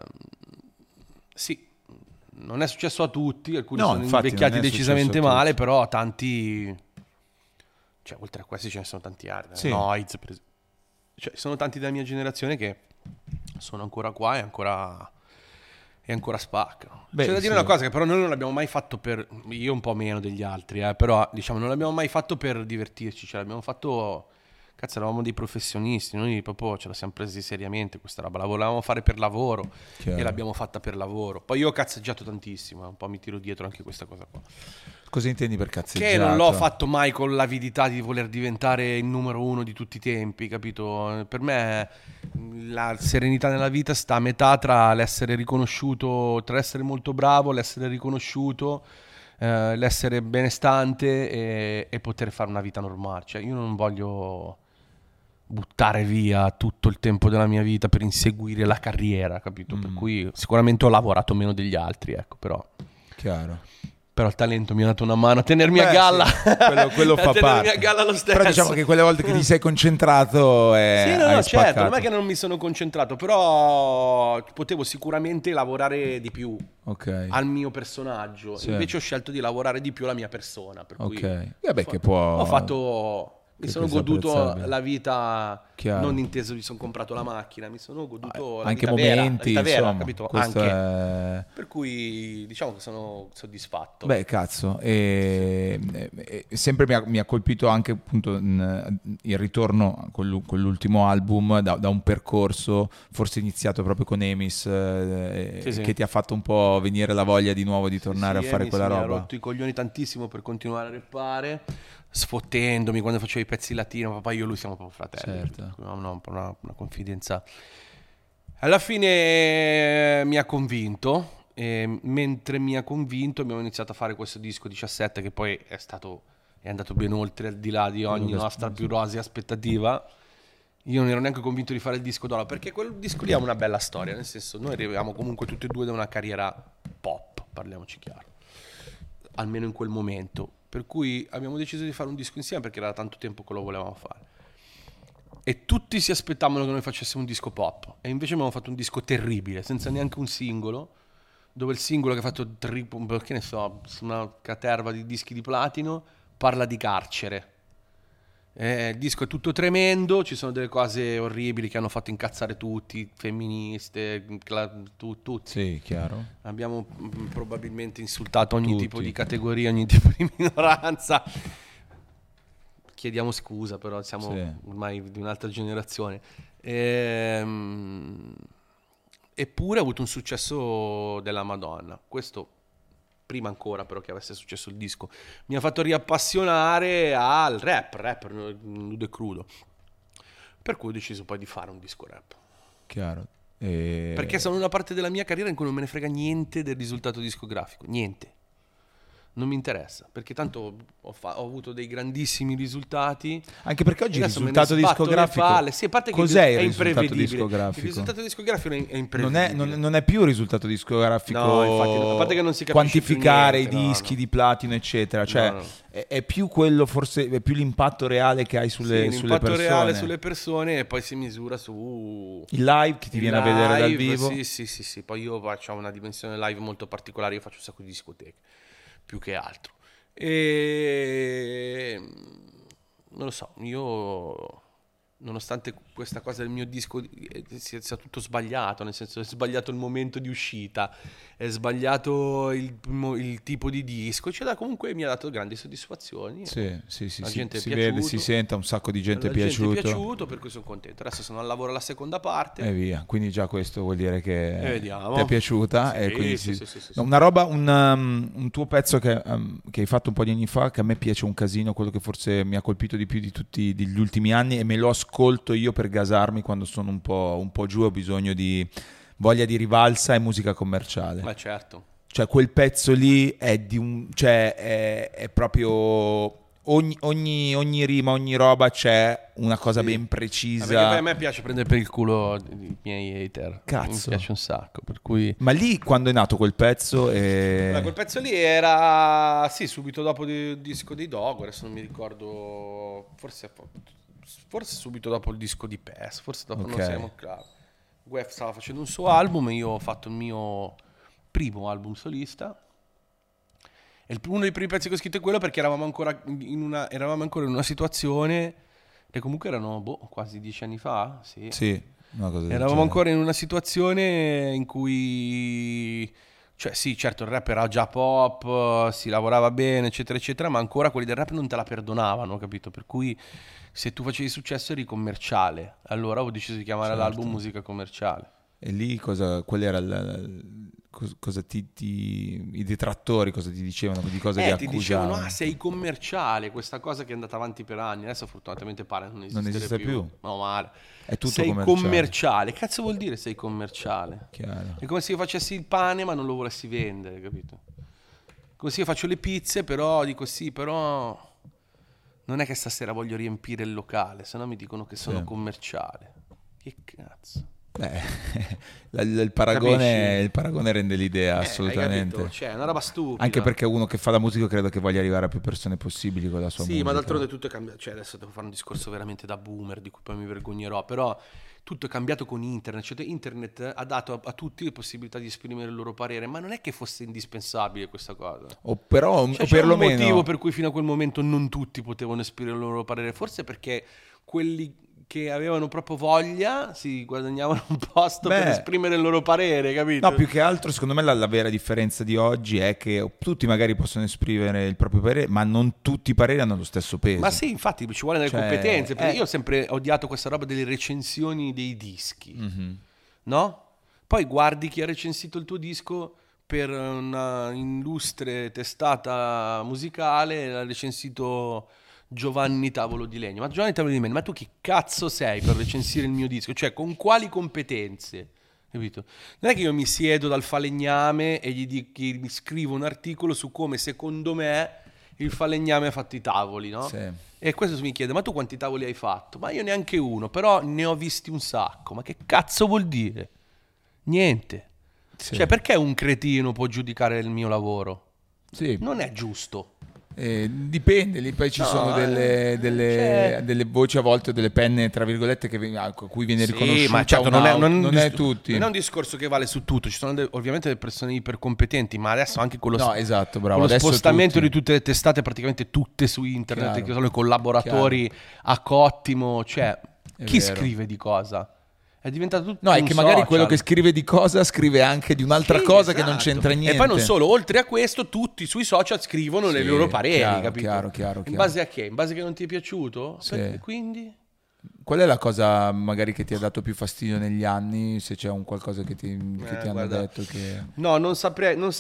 sì, non è successo a tutti, alcuni No, sono infatti, invecchiati non è decisamente successo a male, tutti. però tanti... Cioè, oltre a questi ce ne sono tanti altri. Sì. Noiz, per esempio. Cioè, sono tanti della mia generazione che sono ancora qua e ancora... e ancora spaccano. Beh, C'è da dire sì. una cosa, che però noi non l'abbiamo mai fatto per... Io un po' meno degli altri, eh, però diciamo non l'abbiamo mai fatto per divertirci, ce l'abbiamo fatto... Cazzo, eravamo dei professionisti, noi proprio ce la siamo presi seriamente questa roba, la volevamo fare per lavoro Chiaro. e l'abbiamo fatta per lavoro. Poi io ho cazzeggiato tantissimo, eh, un po' mi tiro dietro anche questa cosa qua. Cosa intendi per cazzeggiato? Che non l'ho fatto mai con l'avidità di voler diventare il numero uno di tutti i tempi, capito? Per me la serenità nella vita sta a metà tra l'essere riconosciuto, tra l'essere molto bravo, l'essere riconosciuto, eh, l'essere benestante e, e poter fare una vita normale. Cioè io non voglio buttare via tutto il tempo della mia vita per inseguire la carriera, capito? Per Mm. cui sicuramente ho lavorato meno degli altri, ecco, però... Chiaro. Però il talento mi ha dato una mano a tenermi Beh, a galla. sì, quello, quello A fa tenermi parte. a galla lo stesso. Però diciamo che quelle volte che ti sei concentrato eh, Sì, no, hai no, certo, spaccato. non è che non mi sono concentrato, però potevo sicuramente lavorare di più Ok. al mio personaggio. Sì. Invece ho scelto di lavorare di più alla mia persona. Per cui Ok. Vabbè, ho che fa- può... Ho fatto... Mi che sono cosa goduto apprezzabile. la vita, Chiaro. non inteso mi sono comprato la macchina, mi sono goduto la anche vita vera, la momenti, vita vera, insomma. capito? Questo Anche. è... Per cui diciamo che sono soddisfatto. Beh, cazzo, e, e- e sempre mi ha, mi ha colpito anche appunto in- il ritorno con, l'u- con l'ultimo album da, da un percorso forse iniziato proprio con Emis, eh, Sì, sì. che ti ha fatto un po' venire la voglia di nuovo di tornare Sì, a fare Emis quella mi ha roba. rotto i coglioni tantissimo per continuare a rappare, sfottendomi quando facevo i pezzi latino. Papà, io e lui siamo proprio fratelli. Certo. Avevamo una, una, una confidenza. Alla fine mi ha convinto. E mentre mi ha convinto, abbiamo iniziato a fare questo disco diciassette, che poi è stato è andato ben oltre, al di là di ogni Quello che nostra aspetti. più rosea aspettativa. Io non ero neanche convinto di fare il disco d'oro, perché quel disco lì ha una bella storia, nel senso, noi arriviamo comunque tutti e due da una carriera pop, parliamoci chiaro, almeno in quel momento, per cui abbiamo deciso di fare un disco insieme perché era tanto tempo che lo volevamo fare e tutti si aspettavano che noi facessimo un disco pop, e invece abbiamo fatto un disco terribile, senza neanche un singolo, dove il singolo che ha fatto triplo, che ne so, una caterva di dischi di platino, parla di carcere. Eh, il disco è tutto tremendo, ci sono delle cose orribili che hanno fatto incazzare tutti, femministe, cla- tu- tutti. Sì, chiaro. Abbiamo mh, probabilmente insultato ogni Tutti. tipo di categoria, ogni tipo di minoranza. Chiediamo scusa, però siamo Sì. ormai di un'altra generazione. Ehm, eppure ha avuto un successo della Madonna. Questo prima ancora però che avesse successo il disco. Mi ha fatto riappassionare al rap, rap nudo e crudo. Per cui ho deciso poi di fare un disco rap. Chiaro. E... Perché sono in una parte della mia carriera in cui non me ne frega niente del risultato discografico. Niente. Non mi interessa, perché tanto ho, fa- ho avuto dei grandissimi risultati. Anche perché oggi il Adesso me ne risultato sbatto le discografico... palle. Sì, a parte che Cos'è è il risultato imprevedibile. discografico? Il risultato discografico è è Non imprevedibile. è, non, non è più il risultato discografico, No, infatti no. A parte che non si capisce quantificare più niente, i no, dischi no. di platino, eccetera. Cioè, No, no. È, è più quello, forse, è più l'impatto reale che hai sulle, Sì, sulle l'impatto persone. reale sulle persone e poi si misura su Il live che ti il viene a vedere dal live, vivo. Sì, sì, sì, sì. Poi io faccio una dimensione live molto particolare, io faccio un sacco di discoteche, più che altro. E non lo so, io nonostante questa cosa del mio disco sia, sia tutto sbagliato, nel senso è sbagliato il momento di uscita, è sbagliato il, il tipo di disco, cioè, comunque mi ha dato grandi soddisfazioni. Sì, sì, sì, La sì, gente è si piaciuto. vede, si sente, un sacco di gente La è piaciuto. gente è piaciuto, per cui sono contento. Adesso sono al lavoro alla seconda parte. E via, quindi già questo vuol dire che E vediamo. ti è piaciuta. Sì, e quindi sì, si- sì, sì, sì, No, sì. una roba, un, um, un tuo pezzo che, um, che hai fatto un po' di anni fa, che a me piace un casino, quello che forse mi ha colpito di più di tutti degli ultimi anni, e me lo ascolto io per gasarmi quando sono un po', un po' giù e ho bisogno di voglia di rivalsa, e musica commerciale. Ma certo. Cioè quel pezzo lì è di un, cioè è, è proprio ogni, ogni, ogni rima, ogni roba c'è una cosa Sì. ben Ma precisa. perché poi a me piace prendere per il culo i miei hater. Cazzo. Mi piace un sacco, per cui... Ma lì quando è nato quel pezzo? E... Allora, quel pezzo lì era, sì, subito dopo il disco dei Dogo, adesso non mi ricordo, forse, forse subito dopo il disco di P E S, forse dopo, Ok. non siamo chiari. Guef stava facendo un suo album e io ho fatto il mio primo album solista. E il- uno dei primi pezzi che ho scritto è quello, perché eravamo ancora in una, eravamo ancora in una situazione, e comunque erano boh, quasi dieci anni fa, sì. Sì, una cosa del Eravamo genere. ancora in una situazione in cui, cioè sì, certo il rap era già pop, si lavorava bene, eccetera, eccetera, ma ancora quelli del rap non te la perdonavano, capito? Per cui se tu facevi successo eri commerciale. Allora ho deciso di chiamare Certo. l'album musica commerciale. E lì cosa, qual era il, cos- cosa ti, ti- i detrattori cosa ti dicevano, di cosa Eh, vi ti accusavano? dicevano, ah, sei commerciale, questa cosa che è andata avanti per anni. Adesso fortunatamente pare non esistere Non esiste più. No, male. È tutto sei commerciale. commerciale. Cazzo vuol dire sei commerciale? Chiaro. È come se io facessi il pane ma non lo volessi vendere, capito? Come se io faccio le pizze, però dico sì, però non è che stasera voglio riempire il locale, se no mi dicono che sono Sì. commerciale. Che cazzo? Beh, la- il, il paragone, Capisci? il paragone rende l'idea, Eh, hai assolutamente. capito? Cioè, è una roba stupida. Anche perché uno che fa la musica credo che voglia arrivare a più persone possibili con la sua Sì, musica. ma d'altronde tutto è cambiato. Cioè, adesso devo fare un discorso veramente da boomer, di cui poi mi vergognerò, però tutto è cambiato con internet. Cioè, internet ha dato a, a tutti la possibilità di esprimere il loro parere, ma non è che fosse indispensabile questa cosa. O però, Cioè, o c'è un perlomeno... motivo per cui fino a quel momento non tutti potevano esprimere il loro parere, forse perché quelli che avevano proprio voglia si guadagnavano un posto Beh, per esprimere il loro parere, capito? No, più che altro, secondo me la, la vera differenza di oggi è che tutti magari possono esprimere il proprio parere, ma non tutti i pareri hanno lo stesso peso. Ma sì, infatti ci vuole delle Cioè, competenze, perché eh. io ho sempre odiato questa roba delle recensioni dei dischi, Mhm. no? Poi guardi chi ha recensito il tuo disco per una illustre testata musicale, l'ha recensito Giovanni Tavolo di Legno. Ma Giovanni Tavolo di Legno, ma tu chi cazzo sei per recensire il mio disco? Cioè, con quali competenze? Capito? Non è che io mi siedo dal falegname e gli, di- gli scrivo un articolo su come secondo me il falegname ha fatto i tavoli, no? Sì. E questo mi chiede, ma tu quanti tavoli hai fatto? Ma io neanche uno, però ne ho visti un sacco. Ma che cazzo vuol dire? Niente. Sì. Cioè, perché un cretino può giudicare il mio lavoro? Sì. Non è giusto. Eh, dipende, lì poi ci No, sono delle, eh, delle, cioè- delle voci a volte, delle penne tra virgolette che vi- a cui viene Sì, riconosciuta ma certo un non è, out, non è un non è dis- tutti. non è un discorso che vale su tutto, ci sono de- ovviamente delle persone ipercompetenti, ma adesso anche con lo, No, sp- esatto, bravo. con lo Adesso spostamento tutti. di tutte le testate, praticamente tutte su internet, Chiaro. che sono i collaboratori a cottimo, cioè È chi vero. scrive di cosa? È diventato tutto No, è un che magari social. quello che scrive di cosa scrive anche di un'altra Sì, cosa che non esatto. c'entra niente. E poi non solo, oltre a questo, tutti sui social scrivono le Sì, loro pareri, chiaro, capito? chiaro, chiaro, In chiaro. base a che? In base a che non ti è piaciuto? Sì. Per- quindi? Qual è la cosa magari che ti ha dato più fastidio negli anni? Se c'è un qualcosa che ti, che Eh, ti hanno guarda. detto che... No, non saprei, non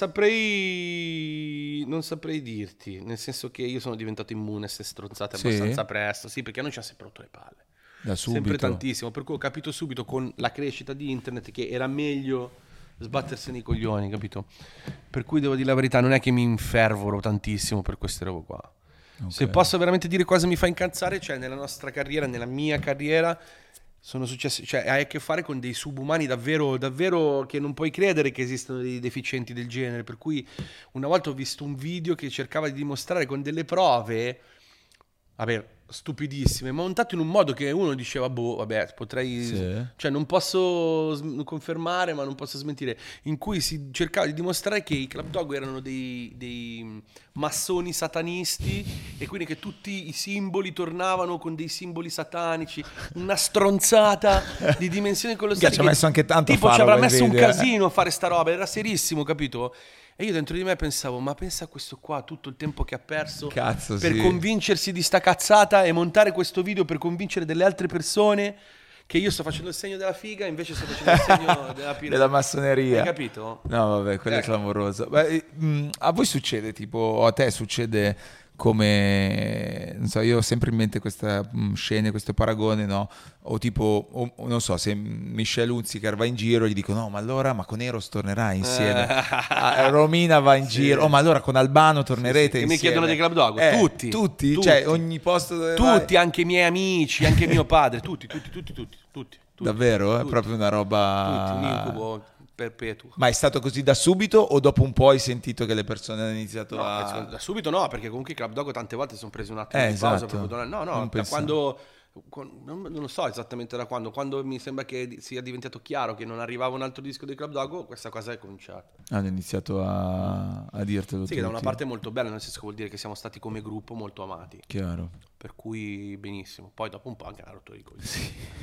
saprei, non saprei dirti, nel senso che io sono diventato immune a queste stronzate Sì? abbastanza presto, sì, perché a noi ci ha sempre rotto le palle, Da subito. sempre tantissimo, per cui ho capito subito con la crescita di internet che era meglio sbattersene i coglioni, capito? Per cui devo dire la verità, non è che mi infervoro tantissimo per queste robe qua. Ok. Se posso veramente dire cosa mi fa incazzare, cioè nella nostra carriera, nella mia carriera, sono successi, cioè hai a che fare con dei subumani davvero, davvero che non puoi credere che esistano dei deficienti del genere. Per cui una volta ho visto un video che cercava di dimostrare con delle prove, vabbè, stupidissime, montato in un modo che uno diceva, boh, vabbè, potrei... Sì. Cioè non posso sm- confermare, ma non posso smentire, in cui si cercava di dimostrare che i Club Dog erano dei, dei massoni satanisti e quindi che tutti i simboli tornavano con dei simboli satanici, una stronzata di dimensioni colossali. Che ci ha che messo anche tanto a tipo ci farlo, avrà vai messo un vedere. casino a fare sta roba, era serissimo, capito? E io dentro di me pensavo, ma pensa a questo qua, tutto il tempo che ha perso Cazzo, per sì. convincersi di sta cazzata e montare questo video per convincere delle altre persone che io sto facendo il segno della figa, invece sto facendo il segno della piramide. Della massoneria. Hai capito? No, vabbè, quello è Ecco. clamoroso. Beh, eh, mh, a voi succede, tipo, o a te succede come, non so, io ho sempre in mente queste mh, scene, questo paragone, no? O tipo, o, o non so, se Michelle Hunziker va in giro gli dico, no, ma allora, ma con Eros tornerà insieme. Ah, Romina va in giro, oh, ma allora con Albano tornerete Che mi insieme. chiedono dei Club Dog, Eh, tutti, tutti, tutti. cioè ogni posto dove vai- Tutti, anche i miei amici, anche mio padre, tutti, tutti, tutti, tutti, tutti. tutti Davvero? È tutti, proprio una roba... tutti, un incubo perpetuo. Ma è stato così da subito o dopo un po' hai sentito che le persone hanno iniziato No, a... da subito no, perché comunque i Club Dog tante volte sono presi un attimo Eh, di pausa. esatto. proprio da- No, no, Non da pensavo. quando... con- Non, non lo so esattamente da quando, quando mi sembra che di- sia diventato chiaro che non arrivava un altro disco dei Club Dog, questa cosa è cominciata. Hanno iniziato a, a dirtelo Sì, che da una tutti. parte è molto bella, nel senso che vuol dire che siamo stati come gruppo molto amati, Chiaro. per cui benissimo. Poi dopo un po' anche ha rotto i coglioni.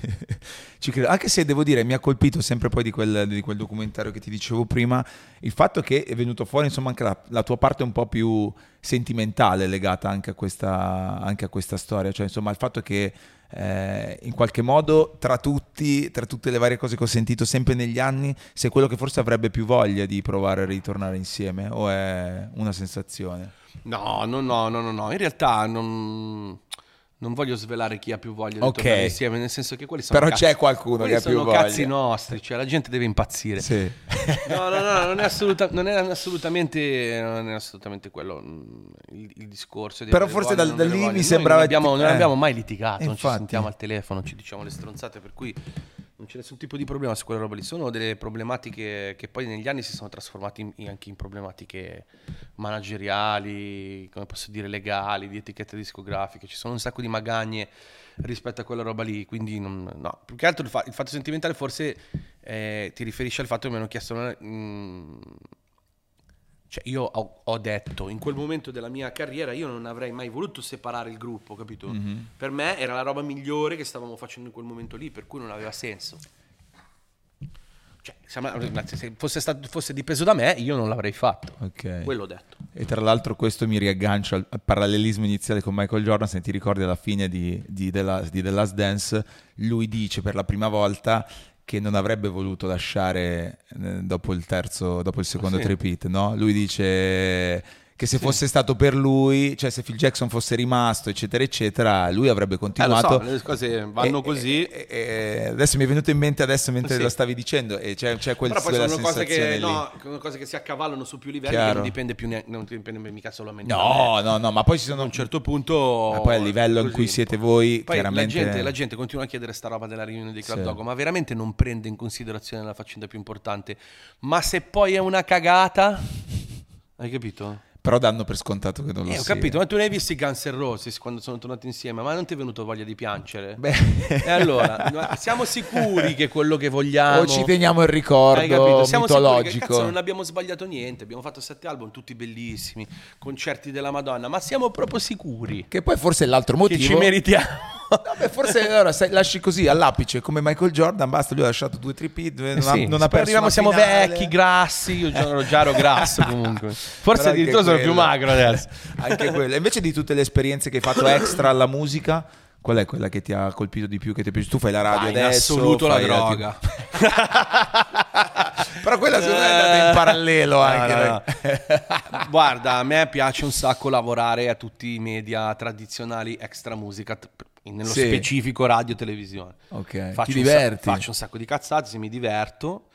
Ci credo. Anche se devo dire, mi ha colpito sempre poi di quel, di quel documentario che ti dicevo prima, il fatto che è venuto fuori insomma anche la, la tua parte un po' più sentimentale legata anche a questa, anche a questa storia, cioè insomma il fatto che eh, in qualche modo tra tutti, tra tutte le varie cose che ho sentito sempre negli anni, sei quello che forse avrebbe più voglia di provare a ritornare insieme, o è una sensazione? No, no, no, no, no, no. In realtà non, non voglio svelare chi ha più voglia di Ok. tornare insieme, nel senso che quelli sono Però cazzi- c'è qualcuno quelli che ha più sono voglia. cazzi nostri, cioè la gente deve impazzire. Sì. No, no, no, non è, assoluta- non è assolutamente, non è assolutamente quello mm, il, il discorso. di Però avere forse voglia, da- non da avere lì voglia. mi Noi sembrava- Non abbiamo, non eh. abbiamo mai litigato, non ci Infatti. sentiamo al telefono, ci diciamo le stronzate, per cui non c'è nessun tipo di problema su quelle robe lì. Sono delle problematiche che poi negli anni si sono trasformate in- in- anche in problematiche manageriali, come posso dire, legali, di etichette discografiche. Ci sono un sacco di magagne rispetto a quella roba lì, quindi non- no. Più che altro il, fa- il fatto sentimentale forse eh, ti riferisce al fatto che mi hanno chiesto una- mm, cioè io ho, ho detto in quel momento della mia carriera io non avrei mai voluto separare il gruppo, capito? Per me era la roba migliore che stavamo facendo in quel momento lì, per cui non aveva senso. Cioè, se se fosse, stato, fosse dipeso da me, io non l'avrei fatto. Ok. Quello ho detto. E tra l'altro questo mi riaggancia al, al parallelismo iniziale con Michael Jordan. Se ti ricordi alla fine di, di, The Last, di The Last Dance, lui dice per la prima volta che non avrebbe voluto lasciare eh, dopo il terzo, dopo il secondo Sì. tripit, no? Lui dice che se fosse stato per lui, cioè se Phil Jackson fosse rimasto, eccetera, eccetera, lui avrebbe Eh, lo continuato. so, le cose vanno E- così. e- e- adesso mi è venuto in mente adesso mentre Sì. lo stavi dicendo, e c'è, c'è quel, Però poi quella sono cose sensazione che, lì. no, sono cose che si accavallano su più livelli, Chiaro. che non dipende più neanche, non dipende mica solamente da No, me. no, no, ma poi ci sono A un certo punto. Ma poi a livello in così, cui un siete po'. voi, Poi chiaramente... la gente, la gente continua a chiedere sta roba della riunione dei Club Sì. Dog, ma veramente non prende in considerazione la faccenda più importante. Ma se poi è una cagata, hai capito? Però danno per scontato che non lo Eh, ho sia. capito, ma tu ne hai visti i Guns N' Roses quando sono tornati insieme? Ma non ti è venuto voglia di piangere? Beh. E allora, ma siamo sicuri che quello che vogliamo... O ci teniamo il ricordo Hai capito? Siamo mitologico. sicuri che cazzo non abbiamo sbagliato niente. Abbiamo fatto sette album tutti bellissimi, concerti della Madonna, ma siamo proprio sicuri Che poi forse è l'altro motivo. che ci meritiamo. Vabbè, forse allora sai, lasci così all'apice come Michael Jordan, basta, lui ha lasciato due tripi, due, non, Eh ha, sì, non ha perso arriviamo, una siamo finale. vecchi, grassi. Io già ero, già ero grasso comunque. Forse Però addirittura anche sono più quello. magro adesso. Anche quello. Invece di tutte le esperienze che hai fatto extra alla musica, qual è quella che ti ha colpito di più, che ti è piaciuta? Tu fai la radio Ah, in adesso, assoluto la fai droga. Però quella secondo me è andata in parallelo anche. No, no, no. Guarda, a me piace un sacco lavorare a tutti i media tradizionali extra musica, t- nello Sì. specifico radio e televisione. Ok, Faccio ti un sa- diverti? faccio un sacco di cazzate, se mi diverto.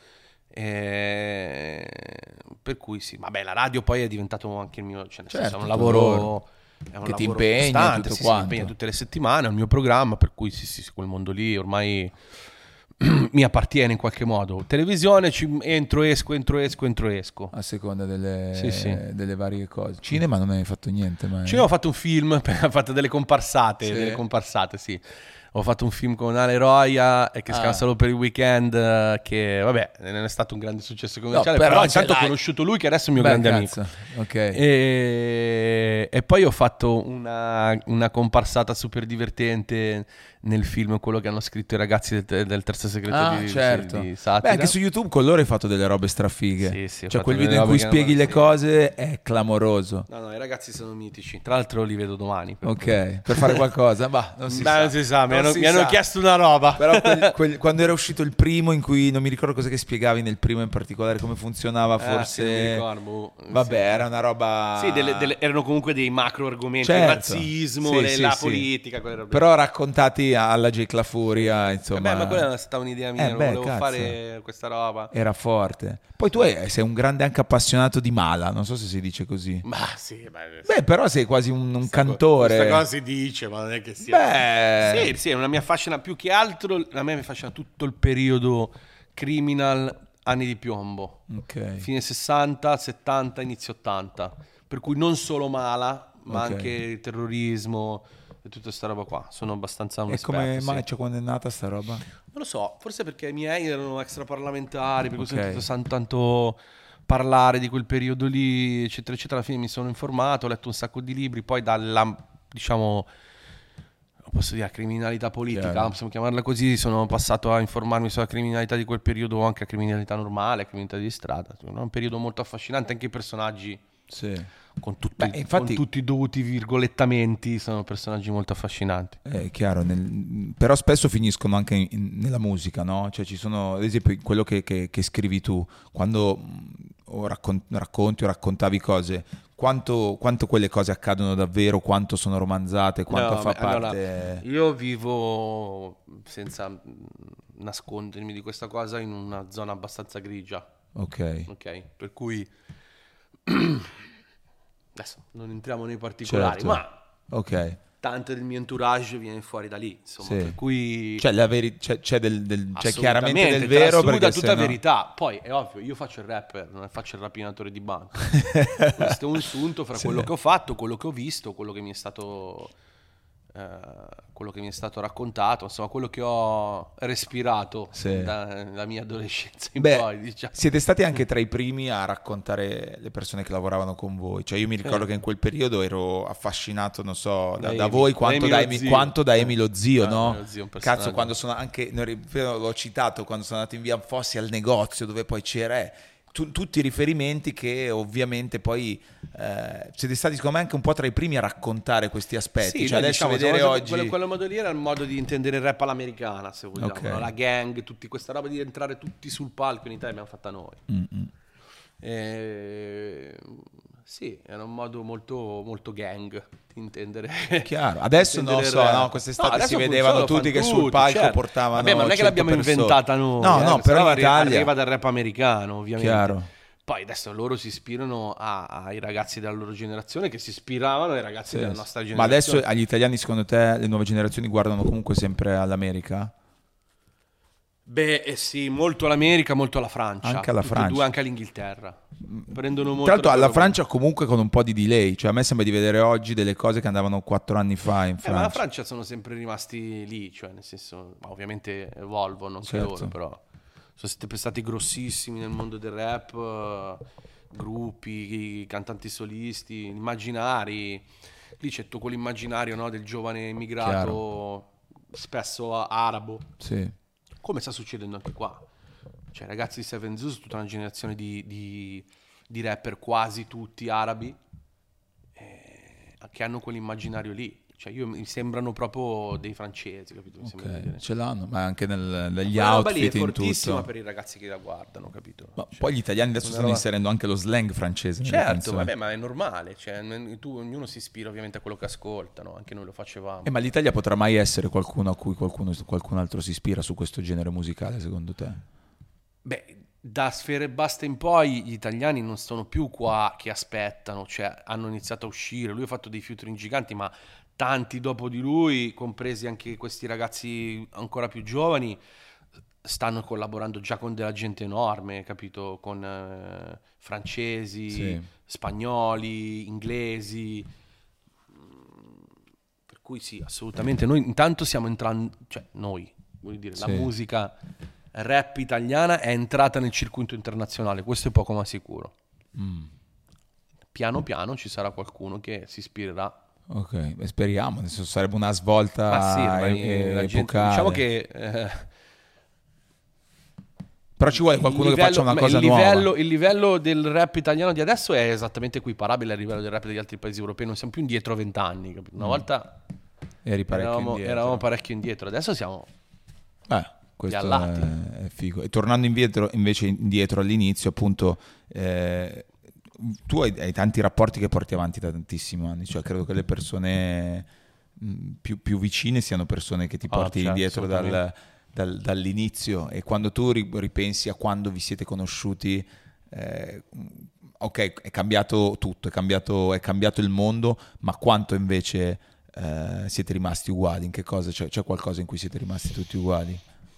eh, Per cui sì, vabbè, la radio poi è diventato anche il mio, cioè nel Certo, senso, è un tuo lavoro lavoro. è un Che ti lavoro impegna e costante, tutto sì, sì, quanto. mi impegna tutte le settimane, è il mio programma, per cui sì, sì, sì, quel mondo lì ormai mi appartiene in qualche modo. Televisione, ci entro, esco, entro, esco, entro, esco. A seconda delle, Sì, sì. delle varie cose. Cinema non hai fatto niente mai. Cinema ho fatto un film, ho fatto delle comparsate, Sì. delle comparsate, sì. Ho fatto un film con Ale Roia e che si Ah. chiama Solo per il Weekend, eh, che vabbè, non è stato un grande successo commerciale, No, però però, ce intanto ho l'hai. conosciuto lui che adesso è il mio Beh, grande cazzo. amico. Ok. E... e poi ho fatto una, una comparsata super divertente nel film, quello che hanno scritto i ragazzi del, del terzo segreto Ah, di, certo. di Beh, Satira. anche su YouTube con loro hai fatto delle robe strafighe. Sì, sì, ho cioè fatto quel delle video in cui robe che spieghi non- le sì. cose è clamoroso. No, no, i ragazzi sono mitici. Tra l'altro li vedo domani. per cui- Ok, per fare qualcosa? Bah, non si Beh, sa. non si sa, mi, Non hanno, si mi hanno sa. chiesto una roba. Però quel- quel- quando era uscito il primo, in cui non mi ricordo cosa che spiegavi nel primo in particolare, come funzionava, Ah, sì, non mi forse. ricordo, boh. Vabbè, Sì. era una roba. Sì, delle- delle- erano comunque dei macro argomenti, Certo. il razzismo, Sì, le- sì, la sì. politica, quelle robe. Però raccontati alla Jake La Furia, insomma. Vabbè, ma quella era stata un'idea mia, Eh, non beh, volevo cazzo. fare questa roba. Era forte. Poi tu hai- sei un grande anche appassionato di Mala, non so se si dice così. Ma sì, beh, Beh, però sei quasi un, un questa co- cantore. Questa cosa si dice, ma non è che sia. Beh, Sì, sì, è una mia affascina più che altro. A me mi affascina tutto il periodo criminal, anni di piombo. ok. Fine sessanta, settanta, inizio ottanta. Per cui non solo Mala, ma Ok. anche il terrorismo e tutta questa roba qua. Sono abbastanza un E esperto, come sì. mai, cioè, quando è nata sta roba? Non lo so, forse perché i miei erano extraparlamentari, per cui ho Ok. sentito san- tanto parlare di quel periodo lì, eccetera, eccetera. Alla fine mi sono informato, ho letto un sacco di libri, poi dalla, diciamo, posso dire, criminalità politica, Chiaro. possiamo chiamarla così, sono passato a informarmi sulla criminalità di quel periodo, o anche a criminalità normale, criminalità di strada. È un periodo molto affascinante, anche i personaggi Sì. con tutti, Beh, infatti- con tutti i dovuti virgolettamenti sono personaggi molto affascinanti. È chiaro, nel- però spesso finiscono anche in- in- nella musica, no? Cioè ci sono, ad esempio, quello che, che- che scrivi tu, quando mh, o raccon- racconti o raccontavi cose, quanto, quanto quelle cose accadono davvero, quanto sono romanzate, quanto No, fa beh, allora, parte... io vivo senza mm, nascondermi di questa cosa in una zona abbastanza grigia, Ok, ok? Per cui adesso non entriamo nei particolari, certo. ma ok. tanto del mio entourage viene fuori da lì, insomma, Sì. per cui Cioè, la veri- c'è, c'è del, del- c'è assolutamente, chiaramente del vero, trasuda perché tutta sennò- verità. Poi è ovvio, io faccio il rapper, non faccio il rapinatore di banca. Questo è un sunto fra Sì. quello che ho fatto, quello che ho visto, quello che mi è stato eh, quello che mi è stato raccontato, insomma, quello che ho respirato Sì. da- dalla mia adolescenza in Beh, poi, diciamo. siete stati anche tra i primi a raccontare le persone che lavoravano con voi. Cioè io mi ricordo Sì. che in quel periodo ero affascinato, non so, da, Da da Amy- voi da quanto Amy da lo Amy, zio. quanto da Amy lo zio, Ah, no? Amy lo zio è un personaggio. Cazzo, quando sono anche, non ripeto, l'ho citato, quando sono andato in via Fossi al negozio dove poi c'era... eh, tu- tutti i riferimenti che ovviamente poi eh, siete stati secondo me anche un po' tra i primi a raccontare questi aspetti. Sì, cioè noi adesso diciamo, vedere siamo- oggi... quello, quello modo lì era il modo di intendere il rap all'americana, se vogliamo, Ok. no? La gang, tutti questa roba di entrare tutti sul palco in Italia l'abbiamo fatta noi. Mm-mm. E... Sì, era un modo molto, molto gang di intendere. Chiaro, adesso non intendere so, il rap. no, quest'estate No, adesso si funziona, vedevano lo tutti fanno che sul tutti, palco certo. portavano Vabbè, ma non è che cento l'abbiamo persone. inventata noi. No, eh, no, questa però in roba arri- Italia... arriva dal rap americano, ovviamente. Chiaro. Poi adesso loro si ispirano a- ai ragazzi della loro generazione che si ispiravano ai ragazzi Sì, della sì. nostra Ma generazione. adesso agli italiani, secondo te, le nuove generazioni guardano comunque sempre all'America? Beh, eh sì, molto l'America, molto la Francia. Anche alla Tutti e Francia. due, anche l'Inghilterra. Prendono molto. Tra l'altro da alla quello- Francia comunque con un po' di delay, cioè a me sembra di vedere oggi delle cose che andavano quattro anni fa in Eh, ma la Francia. Francia sono sempre rimasti lì, cioè nel senso, ma ovviamente evolvono anche Certo. loro, però sono sempre stati grossissimi nel mondo del rap, eh, gruppi, cantanti solisti, immaginari. Lì c'è tutto quell'immaginario, no, del giovane immigrato, spesso a- arabo, Sì. come sta succedendo anche qua. Cioè, ragazzi di Seven Zeus, tutta una generazione di, di- di rapper quasi tutti arabi, eh, che hanno quell'immaginario lì. Cioè, io, mi sembrano proprio dei francesi, capito? Mi sembra di Ok, dire. ce l'hanno, ma anche nel- negli Quella roba lì è outfit in fortissima tutto. per i ragazzi che la guardano, capito? Ma Cioè, poi gli italiani adesso una stanno roba- inserendo anche lo slang francese nelle Certo, canzoni. vabbè, ma è normale, cioè, n- tu, ognuno si ispira ovviamente a quello che ascoltano, anche noi lo facevamo. Eh, ma l'Italia potrà mai essere qualcuno a cui qualcuno, qualcun altro si ispira su questo genere musicale, secondo te? Beh, da Sfere e Basta in poi gli italiani non sono più qua che aspettano, cioè hanno iniziato a uscire, lui ha fatto dei featuring giganti, ma tanti dopo di lui, compresi anche questi ragazzi ancora più giovani, stanno collaborando già con della gente enorme, capito? Con eh, francesi, Sì. spagnoli, inglesi. Per cui sì, assolutamente. Noi intanto stiamo entrando, cioè noi, voglio dire, la Sì. musica rap italiana è entrata nel circuito internazionale, questo è poco ma sicuro. Mm. Piano piano ci sarà qualcuno che si ispirerà. Ok, beh, speriamo, adesso sarebbe una svolta Ma sì, ormai e- la gente- epocale. diciamo che eh, Però ci vuole il qualcuno che livello- faccia una ma cosa il livello, nuova. il livello del rap italiano di adesso è esattamente equiparabile al livello del rap degli altri paesi europei, non siamo più indietro vent'anni, capito? Una volta Eri parecchio eravamo, indietro. eravamo parecchio indietro, adesso siamo Eh, questo allati. è, è figo. E tornando indietro, invece indietro all'inizio, appunto, eh, tu hai, hai tanti rapporti che porti avanti da tantissimi anni, cioè credo che le persone mh, più, più vicine siano persone che ti Ah, porti certo, indietro dal, assolutamente. dal- dall'inizio, e quando tu ri- ripensi a quando vi siete conosciuti, eh, ok, è cambiato tutto, è cambiato, è cambiato il mondo, ma quanto invece eh, siete rimasti uguali? In che cosa? C'è, c'è qualcosa in cui siete rimasti tutti uguali?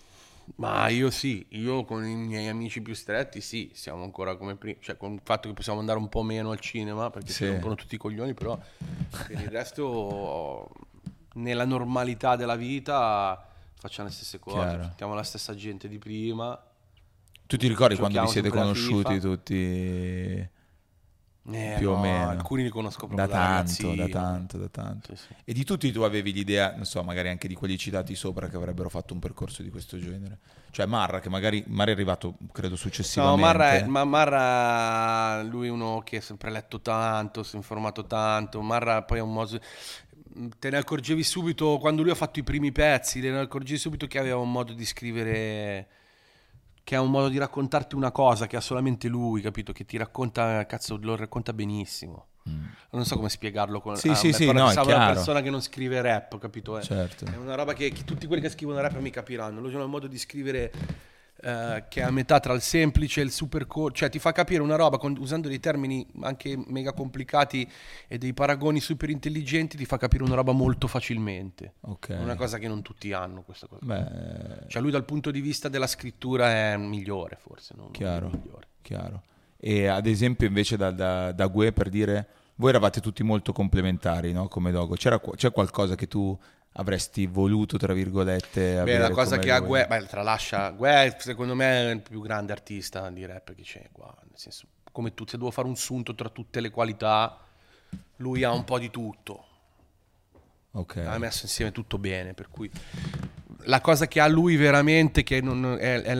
Ma io sì, io con i miei amici più stretti sì, siamo ancora come prima, cioè con il fatto che possiamo andare un po' meno al cinema perché Sì. ci rompono tutti i coglioni, però per il resto nella normalità della vita facciamo le stesse cose, Chiaro. facciamo la stessa gente di prima. Tu ti ricordi quando vi Giochiamo siete sempre a conosciuti FIFA. tutti Eh, più o no, meno? alcuni li conosco Da proprio da, tanto, da ragazzino. tanto, da tanto. Sì, sì. E di tutti tu avevi l'idea, non so, magari anche di quelli citati sopra, che avrebbero fatto un percorso di questo genere? Cioè Marra, che magari Marra è arrivato, credo, No, successivamente. Marra, è- ma Marra, lui è uno che ha sempre letto tanto, si è informato tanto. Marra poi è un modo. Te ne accorgevi subito quando lui ha fatto i primi pezzi, te ne accorgevi subito che aveva un modo di scrivere, che ha un modo di raccontarti una cosa che ha solamente lui, capito? Che ti racconta, cazzo, lo racconta benissimo. Non so come spiegarlo. Con, Sì, ah, sì, beh, sì, però no, è pensavo a una chiaro. persona che non scrive rap, capito? È, Certo. è una roba che, che tutti quelli che scrivono rap mi capiranno. Lui ha un modo di scrivere eh, che è a metà tra il semplice e il super corto, cioè ti fa capire una roba con- usando dei termini anche mega complicati e dei paragoni super intelligenti, ti fa capire una roba molto facilmente. Ok. È una cosa che non tutti hanno, questa cosa. Beh, Cioè lui dal punto di vista della scrittura è migliore, forse, non chiaro, il migliore. chiaro. E ad esempio invece da, da, da Gue, per dire, voi eravate tutti molto complementari, no? Come Dogo. C'era, c'è qualcosa che tu avresti voluto, tra virgolette, Beh, avere la cosa come che ha lui? Gue, beh, tralascia, Gue secondo me è il più grande artista di rap che c'è qua, nel senso, come tu, se devo fare un sunto tra tutte le qualità, lui ha un po' di tutto, Ok. ha messo insieme tutto bene, per cui la cosa che ha lui veramente, che non, è, è il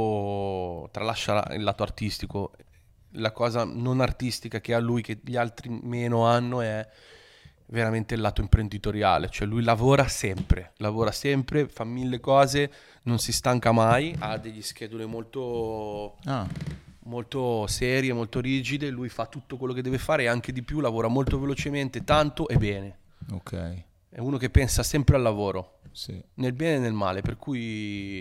lato, tralascia il lato artistico, la cosa non artistica che ha lui, che gli altri meno hanno, è veramente il lato imprenditoriale, cioè lui lavora sempre, lavora sempre, fa mille cose, non si stanca mai, ha degli schedule molto, Ah, molto serie, molto rigide, lui fa tutto quello che deve fare e anche di più, lavora molto velocemente, tanto e bene, ok. è uno che pensa sempre al lavoro, Sì. nel bene e nel male, per cui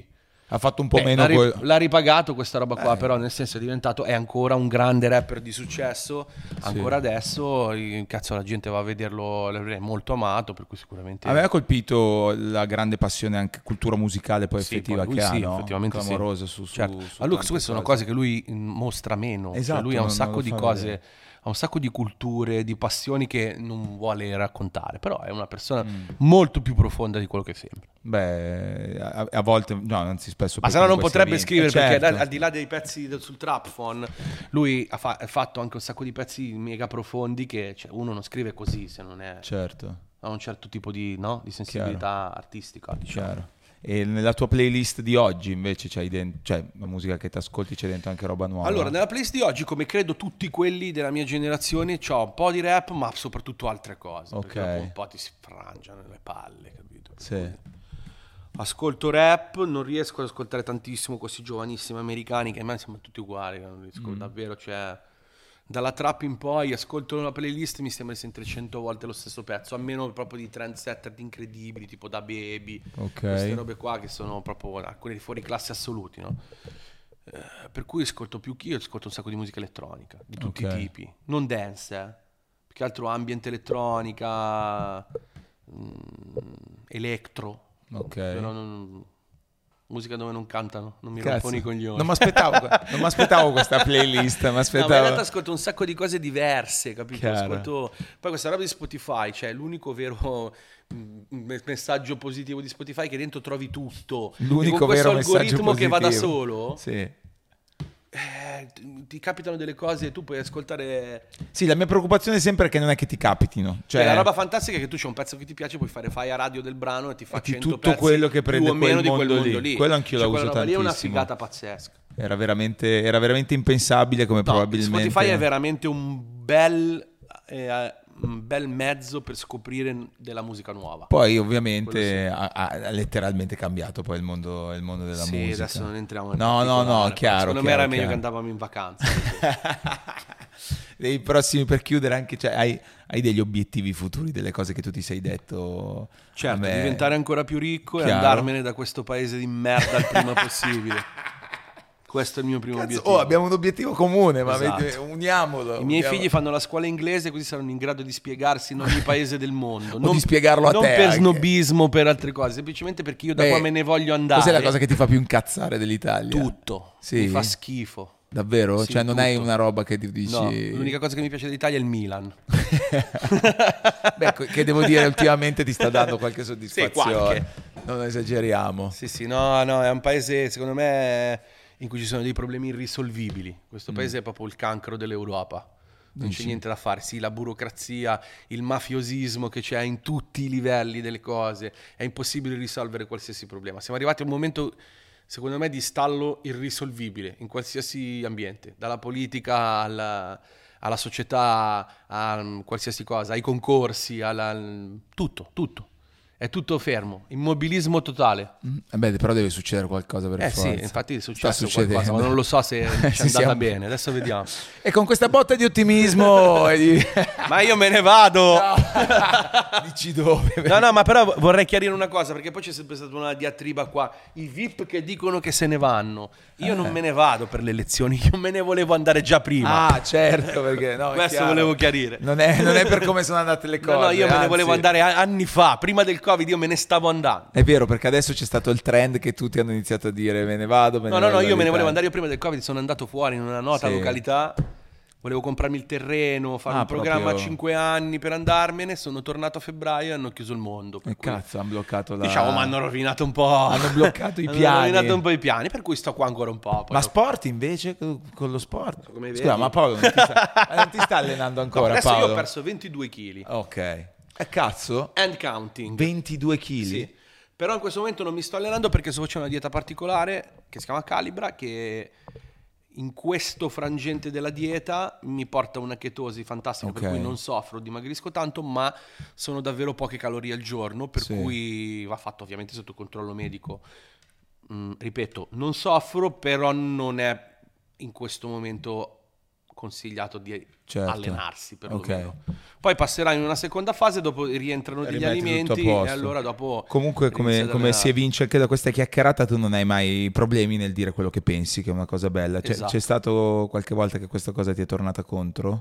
Ha fatto un po' Beh, meno... l'ha, ri- quel- l'ha ripagato questa roba qua, Eh. però nel senso è diventato, è ancora un grande rapper di successo, ancora adesso, eh, cazzo, la gente va a vederlo, è molto amato, per cui sicuramente... A me ha colpito la grande passione anche cultura musicale poi Sì, effettiva poi che lui ha, sì, no? effettivamente sì. Clamorosa su, su, Certo. su Ma lui, tante queste sono cose che lui mm, mostra meno. Cioè, Esatto, lui ha un non- sacco non lo di fa cose, vedere. ha un sacco di culture, di passioni che non vuole raccontare. Però è una persona Mm. molto più profonda di quello che sembra. Beh, a, a volte, no, anzi spesso... Ma poi se no non comunque potrebbe si scrivere, vince. Eh, perché certo. al di là dei pezzi del- sul trap phone, lui ha, fa- ha fatto anche un sacco di pezzi mega profondi che cioè, uno non scrive così se non è Certo, ha un certo tipo di, no? di sensibilità artistica, diciamo. chiaro. E nella tua playlist di oggi invece c'hai dentro, cioè la musica che ti ascolti c'è dentro anche roba nuova? Allora, nella playlist di oggi, come credo tutti quelli della mia generazione, c'ho un po' di rap, ma soprattutto altre cose. Perché Ok. dopo un po' ti si frangiano le palle, capito? Per Sì. cui ascolto rap, non riesco ad ascoltare tantissimo questi giovanissimi americani, che a me siamo tutti uguali, non riesco Mm. davvero, cioè... Dalla trap in poi ascolto una playlist e mi sembra di sentire cento volte lo stesso pezzo, a meno proprio di trendsetter incredibili, tipo Da Baby, Ok. queste robe qua che sono proprio alcuni di fuori classe assoluti, no? Eh, per cui ascolto più che io, ascolto un sacco di musica elettronica, di tutti Ok. i tipi, non dance, eh. Più che altro ambient elettronica, mm, electro, Ok. però non- musica dove non cantano, non mi Cazzo, rompono i coglioni. non mi aspettavo, non mi aspettavo questa playlist, mi No, ma in aspettavo... realtà ascolto un sacco di cose diverse, capito? Chiaro. Ascolto... Poi questa roba di Spotify, cioè l'unico vero mm, me- messaggio positivo di Spotify è che dentro trovi tutto. L'unico e con questo vero messaggio algoritmo che va da positivo. solo, Sì. eh, ti- ti capitano delle cose e tu puoi ascoltare... Sì, la mia preoccupazione è sempre che non è che ti capitino. Cioè, Cioè, la roba fantastica è che tu c'è un pezzo che ti piace, puoi fare fai a radio del brano e ti fa E ti- cento tutto pezzi quello che prende più o meno quel di quel mondo mondo lì. lì. Quello anch'io Cioè, la quella uso roba lì è una tantissimo. figata pazzesca. era veramente, era veramente impensabile come No, probabilmente... Spotify è veramente un bel, eh, un bel mezzo per scoprire della musica nuova. Poi ovviamente Quello ha, ha letteralmente cambiato poi il mondo, il mondo della sì, musica. adesso non entriamo nel No, no, no, particolare, chiaro. Secondo me chiaro, era meglio chiaro. che andavamo in vacanza. Dei prossimi, per chiudere anche, cioè, hai, hai degli obiettivi futuri, delle cose che tu ti sei detto? Certo, A me- diventare ancora più ricco Chiaro. e andarmene da questo paese di merda il prima possibile. Questo è il mio primo Cazzo, obiettivo. oh, abbiamo un obiettivo comune, ma Esatto. vedi, uniamolo. I miei uniamo- figli fanno la scuola inglese, così saranno in grado di spiegarsi in ogni paese del mondo. O di spiegarlo a non te per anche. snobismo, per altre cose, semplicemente perché io da Beh, qua me ne voglio andare. Cos'è la cosa che ti fa più incazzare dell'Italia? Tutto. Sì? Mi fa schifo. Davvero? Sì, cioè non tutto. hai una roba che ti dici... No, l'unica cosa che mi piace dell'Italia è il Milan. Beh, che devo dire, ultimamente ti sta dando qualche soddisfazione. qualche. Non esageriamo. Sì, sì, no, no, è un paese, secondo me, in cui ci sono dei problemi irrisolvibili. Questo paese è proprio il cancro dell'Europa. Non c'è Dici? niente da fare. Sì, la burocrazia, il mafiosismo che c'è in tutti i livelli delle cose. È impossibile risolvere qualsiasi problema. Siamo arrivati a un momento, secondo me, di stallo irrisolvibile in qualsiasi ambiente. Dalla politica alla, alla società, a qualsiasi cosa, ai concorsi, alla... tutto, tutto. È tutto fermo, immobilismo totale. Mm, eh beh, però deve succedere qualcosa per Eh forza. sì, infatti è Sta successo succedendo. qualcosa, ma non lo so se ci è Sì, andata siamo- bene, adesso vediamo. E con questa botta di ottimismo e di... Ma io me ne vado! No. Dici dove? No, no, ma però vorrei chiarire una cosa, perché poi c'è sempre stata una diatriba qua. I V I P che dicono che se ne vanno. Io non me ne vado per le elezioni, io me ne volevo andare già prima. Ah, certo, perché no, è Questo chiaro. volevo chiarire. Non è, non è per come sono andate le cose. No, no, io me ne anzi. volevo andare a- anni fa, prima del Covid io me ne stavo andando. È vero, perché adesso c'è stato il trend che tutti hanno iniziato a dire me ne vado, me No, ne no, no, vado io me ne dall'Italia. volevo andare io prima del Covid, sono andato fuori in una nota Sì. località. Volevo comprarmi il terreno, fare Ah, un programma proprio- a cinque anni per andarmene. Sono tornato a febbraio e hanno chiuso il mondo. per E cui- cazzo, hanno bloccato la... Diciamo, mi hanno rovinato un po'. Hanno bloccato i Hanno piani. rovinato un po' i piani, per cui sto qua ancora un po'. poi Ma dopo- sport invece con con lo sport? Come Scusa, vedi. ma Paolo non ti sta, ma non ti sta allenando No, ancora, adesso Paolo? io ho perso ventidue chili. Ok. E cazzo? And counting. ventidue chili? Sì. Però in questo momento non mi sto allenando perché sto facendo una dieta particolare che si chiama Calibra, che in questo frangente della dieta mi porta a una chetosi fantastica, Ok. per cui non soffro, dimagrisco tanto, ma sono davvero poche calorie al giorno, per Sì. cui va fatto ovviamente sotto controllo medico. Mm, ripeto, non soffro, però non è in questo momento consigliato di Certo. allenarsi per Ok. lo meno. Poi passerà in una seconda fase, dopo rientrano degli Rimetti tutto a alimenti posto. e allora dopo... Comunque, come, inizi ad come si allenarti. evince anche da questa chiacchierata, tu non hai mai problemi nel dire quello che pensi, che è una cosa bella. C'è, Esatto. c'è stato qualche volta che questa cosa ti è tornata contro?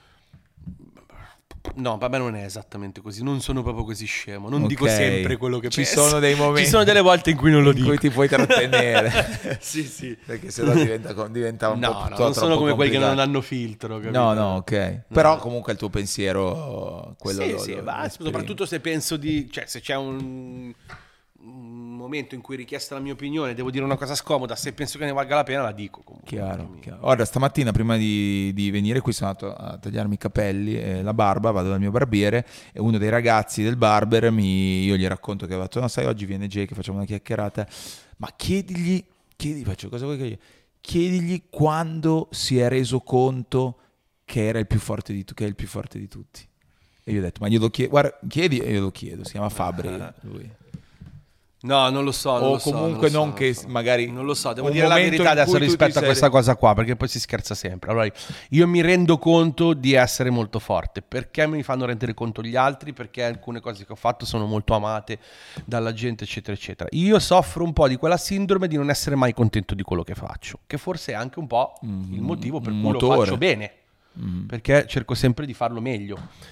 No, vabbè, non è esattamente così. Non sono proprio così scemo. Non Ok. dico sempre quello che Ci penso. sono dei momenti Ci sono delle volte in cui non lo in dico. cui ti puoi trattenere. Sì, sì. Perché sennò diventa, diventa un No, po' no, troppo non sono come quelli che non complicato. hanno filtro, capito? No, no, ok. Però comunque il tuo pensiero, quello sì, lo- sì, lo- va, lo esprimi. soprattutto se penso di... Cioè, se c'è un, un momento in cui è richiesta la mia opinione, devo dire una cosa scomoda, se penso che ne valga la pena la dico comunque. Chiaro, chiaro. Ora, stamattina prima di, di venire qui sono andato a tagliarmi i capelli e la barba, vado dal mio barbiere e uno dei ragazzi del barber, mi, io gli racconto che ho detto, no sai, oggi viene Jay che facciamo una chiacchierata, ma chiedigli, chiedigli, faccio cosa vuoi che io, chiedigli quando si è reso conto che era il più forte di, tu- che è il più forte di tutti. E io ho detto, ma glielo chiedo, guarda, chiedi e io lo chiedo, si chiama Fabri lui. No, non lo so. Non O lo so, comunque non, lo non so, che non lo so. magari Non lo so, devo un dire la momento verità in adesso cui tu ti rispetto a sei- questa cosa qua, perché poi si scherza sempre. Allora, io mi rendo conto di essere molto forte. Perché mi fanno rendere conto gli altri? Perché alcune cose che ho fatto sono molto amate dalla gente, eccetera, eccetera. Io soffro un po' di quella sindrome di non essere mai contento di quello che faccio, che forse è anche un po' il motivo per un cui lo motore. faccio bene. Perché cerco sempre di farlo meglio.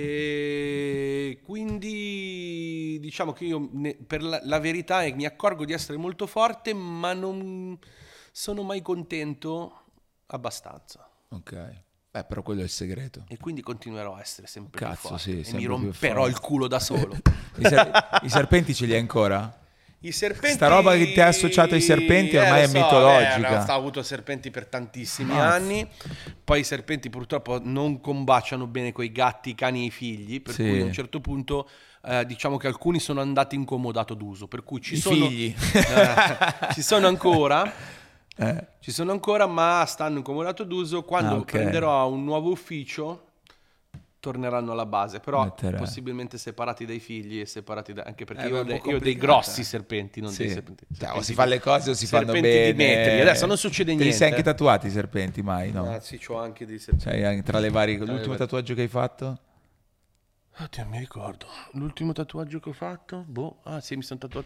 E quindi diciamo che io ne- per la, la verità è che mi accorgo di essere molto forte, ma non sono mai contento abbastanza. Ok. Beh, però quello è il segreto. E quindi continuerò a essere sempre Cazzo, più forte sì, e mi sempre più romperò forte. il culo da solo. I, ser- i serpenti ce li hai ancora? I serpenti... Sta roba che ti ha associato ai serpenti ormai Eh, è lo so, mitologica. eh, ho avuto serpenti per tantissimi Mazza. anni. Poi i serpenti purtroppo non combaciano bene coi gatti, i cani e i figli. Per Sì. cui a un certo punto eh, diciamo che alcuni sono andati in comodato d'uso. Per cui ci I sono... figli. Eh, ci sono ancora... Eh, Ci sono ancora, ma stanno in comodato d'uso. Quando Ah, ok. prenderò un nuovo ufficio, torneranno alla base. Però Metterai. possibilmente separati dai figli e separati da... anche perché Eh, io, ma ho è un dei, po' io ho dei complicata. grossi serpenti, non sì. dei serpenti. Cioè, o serpenti si di- fanno le cose o si fanno serpenti bene. di metri. Adesso non succede Te niente. li sei anche tatuati i serpenti mai? No. Ah, sì, c'ho anche dei serpenti. Cioè, anche tra le varie... le L'ultimo varie- tatuaggio che hai fatto? Oddio, mi ricordo. L'ultimo tatuaggio che ho fatto? Boh. Ah, sì, mi sono tatuato.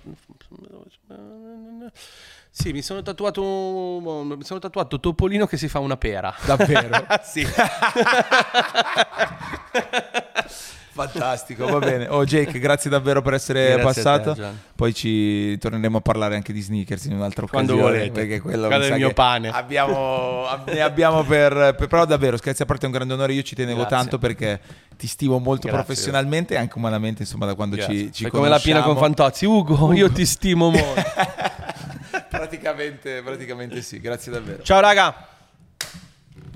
Sì, mi sono tatuato. Mi sono tatuato Topolino che si fa una pera. Davvero? Sì. Fantastico, va bene. Oh Jake, grazie davvero per essere Grazie a passato. te, Gian. Poi ci torneremo a parlare anche di sneakers in un'altra Quando occasione. volete. Perché quello Quello mi è sa il mio che pane. Abbiamo, ab- ne abbiamo per, per- Però davvero, scherzi a parte, è un grande onore. Io ci tenevo Grazie. tanto perché ti stimo molto Grazie. professionalmente e anche umanamente, insomma, da quando Grazie. ci, ci Fai come la piena con conosciamo. Fantozzi. Ugo, io ti stimo molto. praticamente, praticamente sì, grazie davvero. Ciao raga.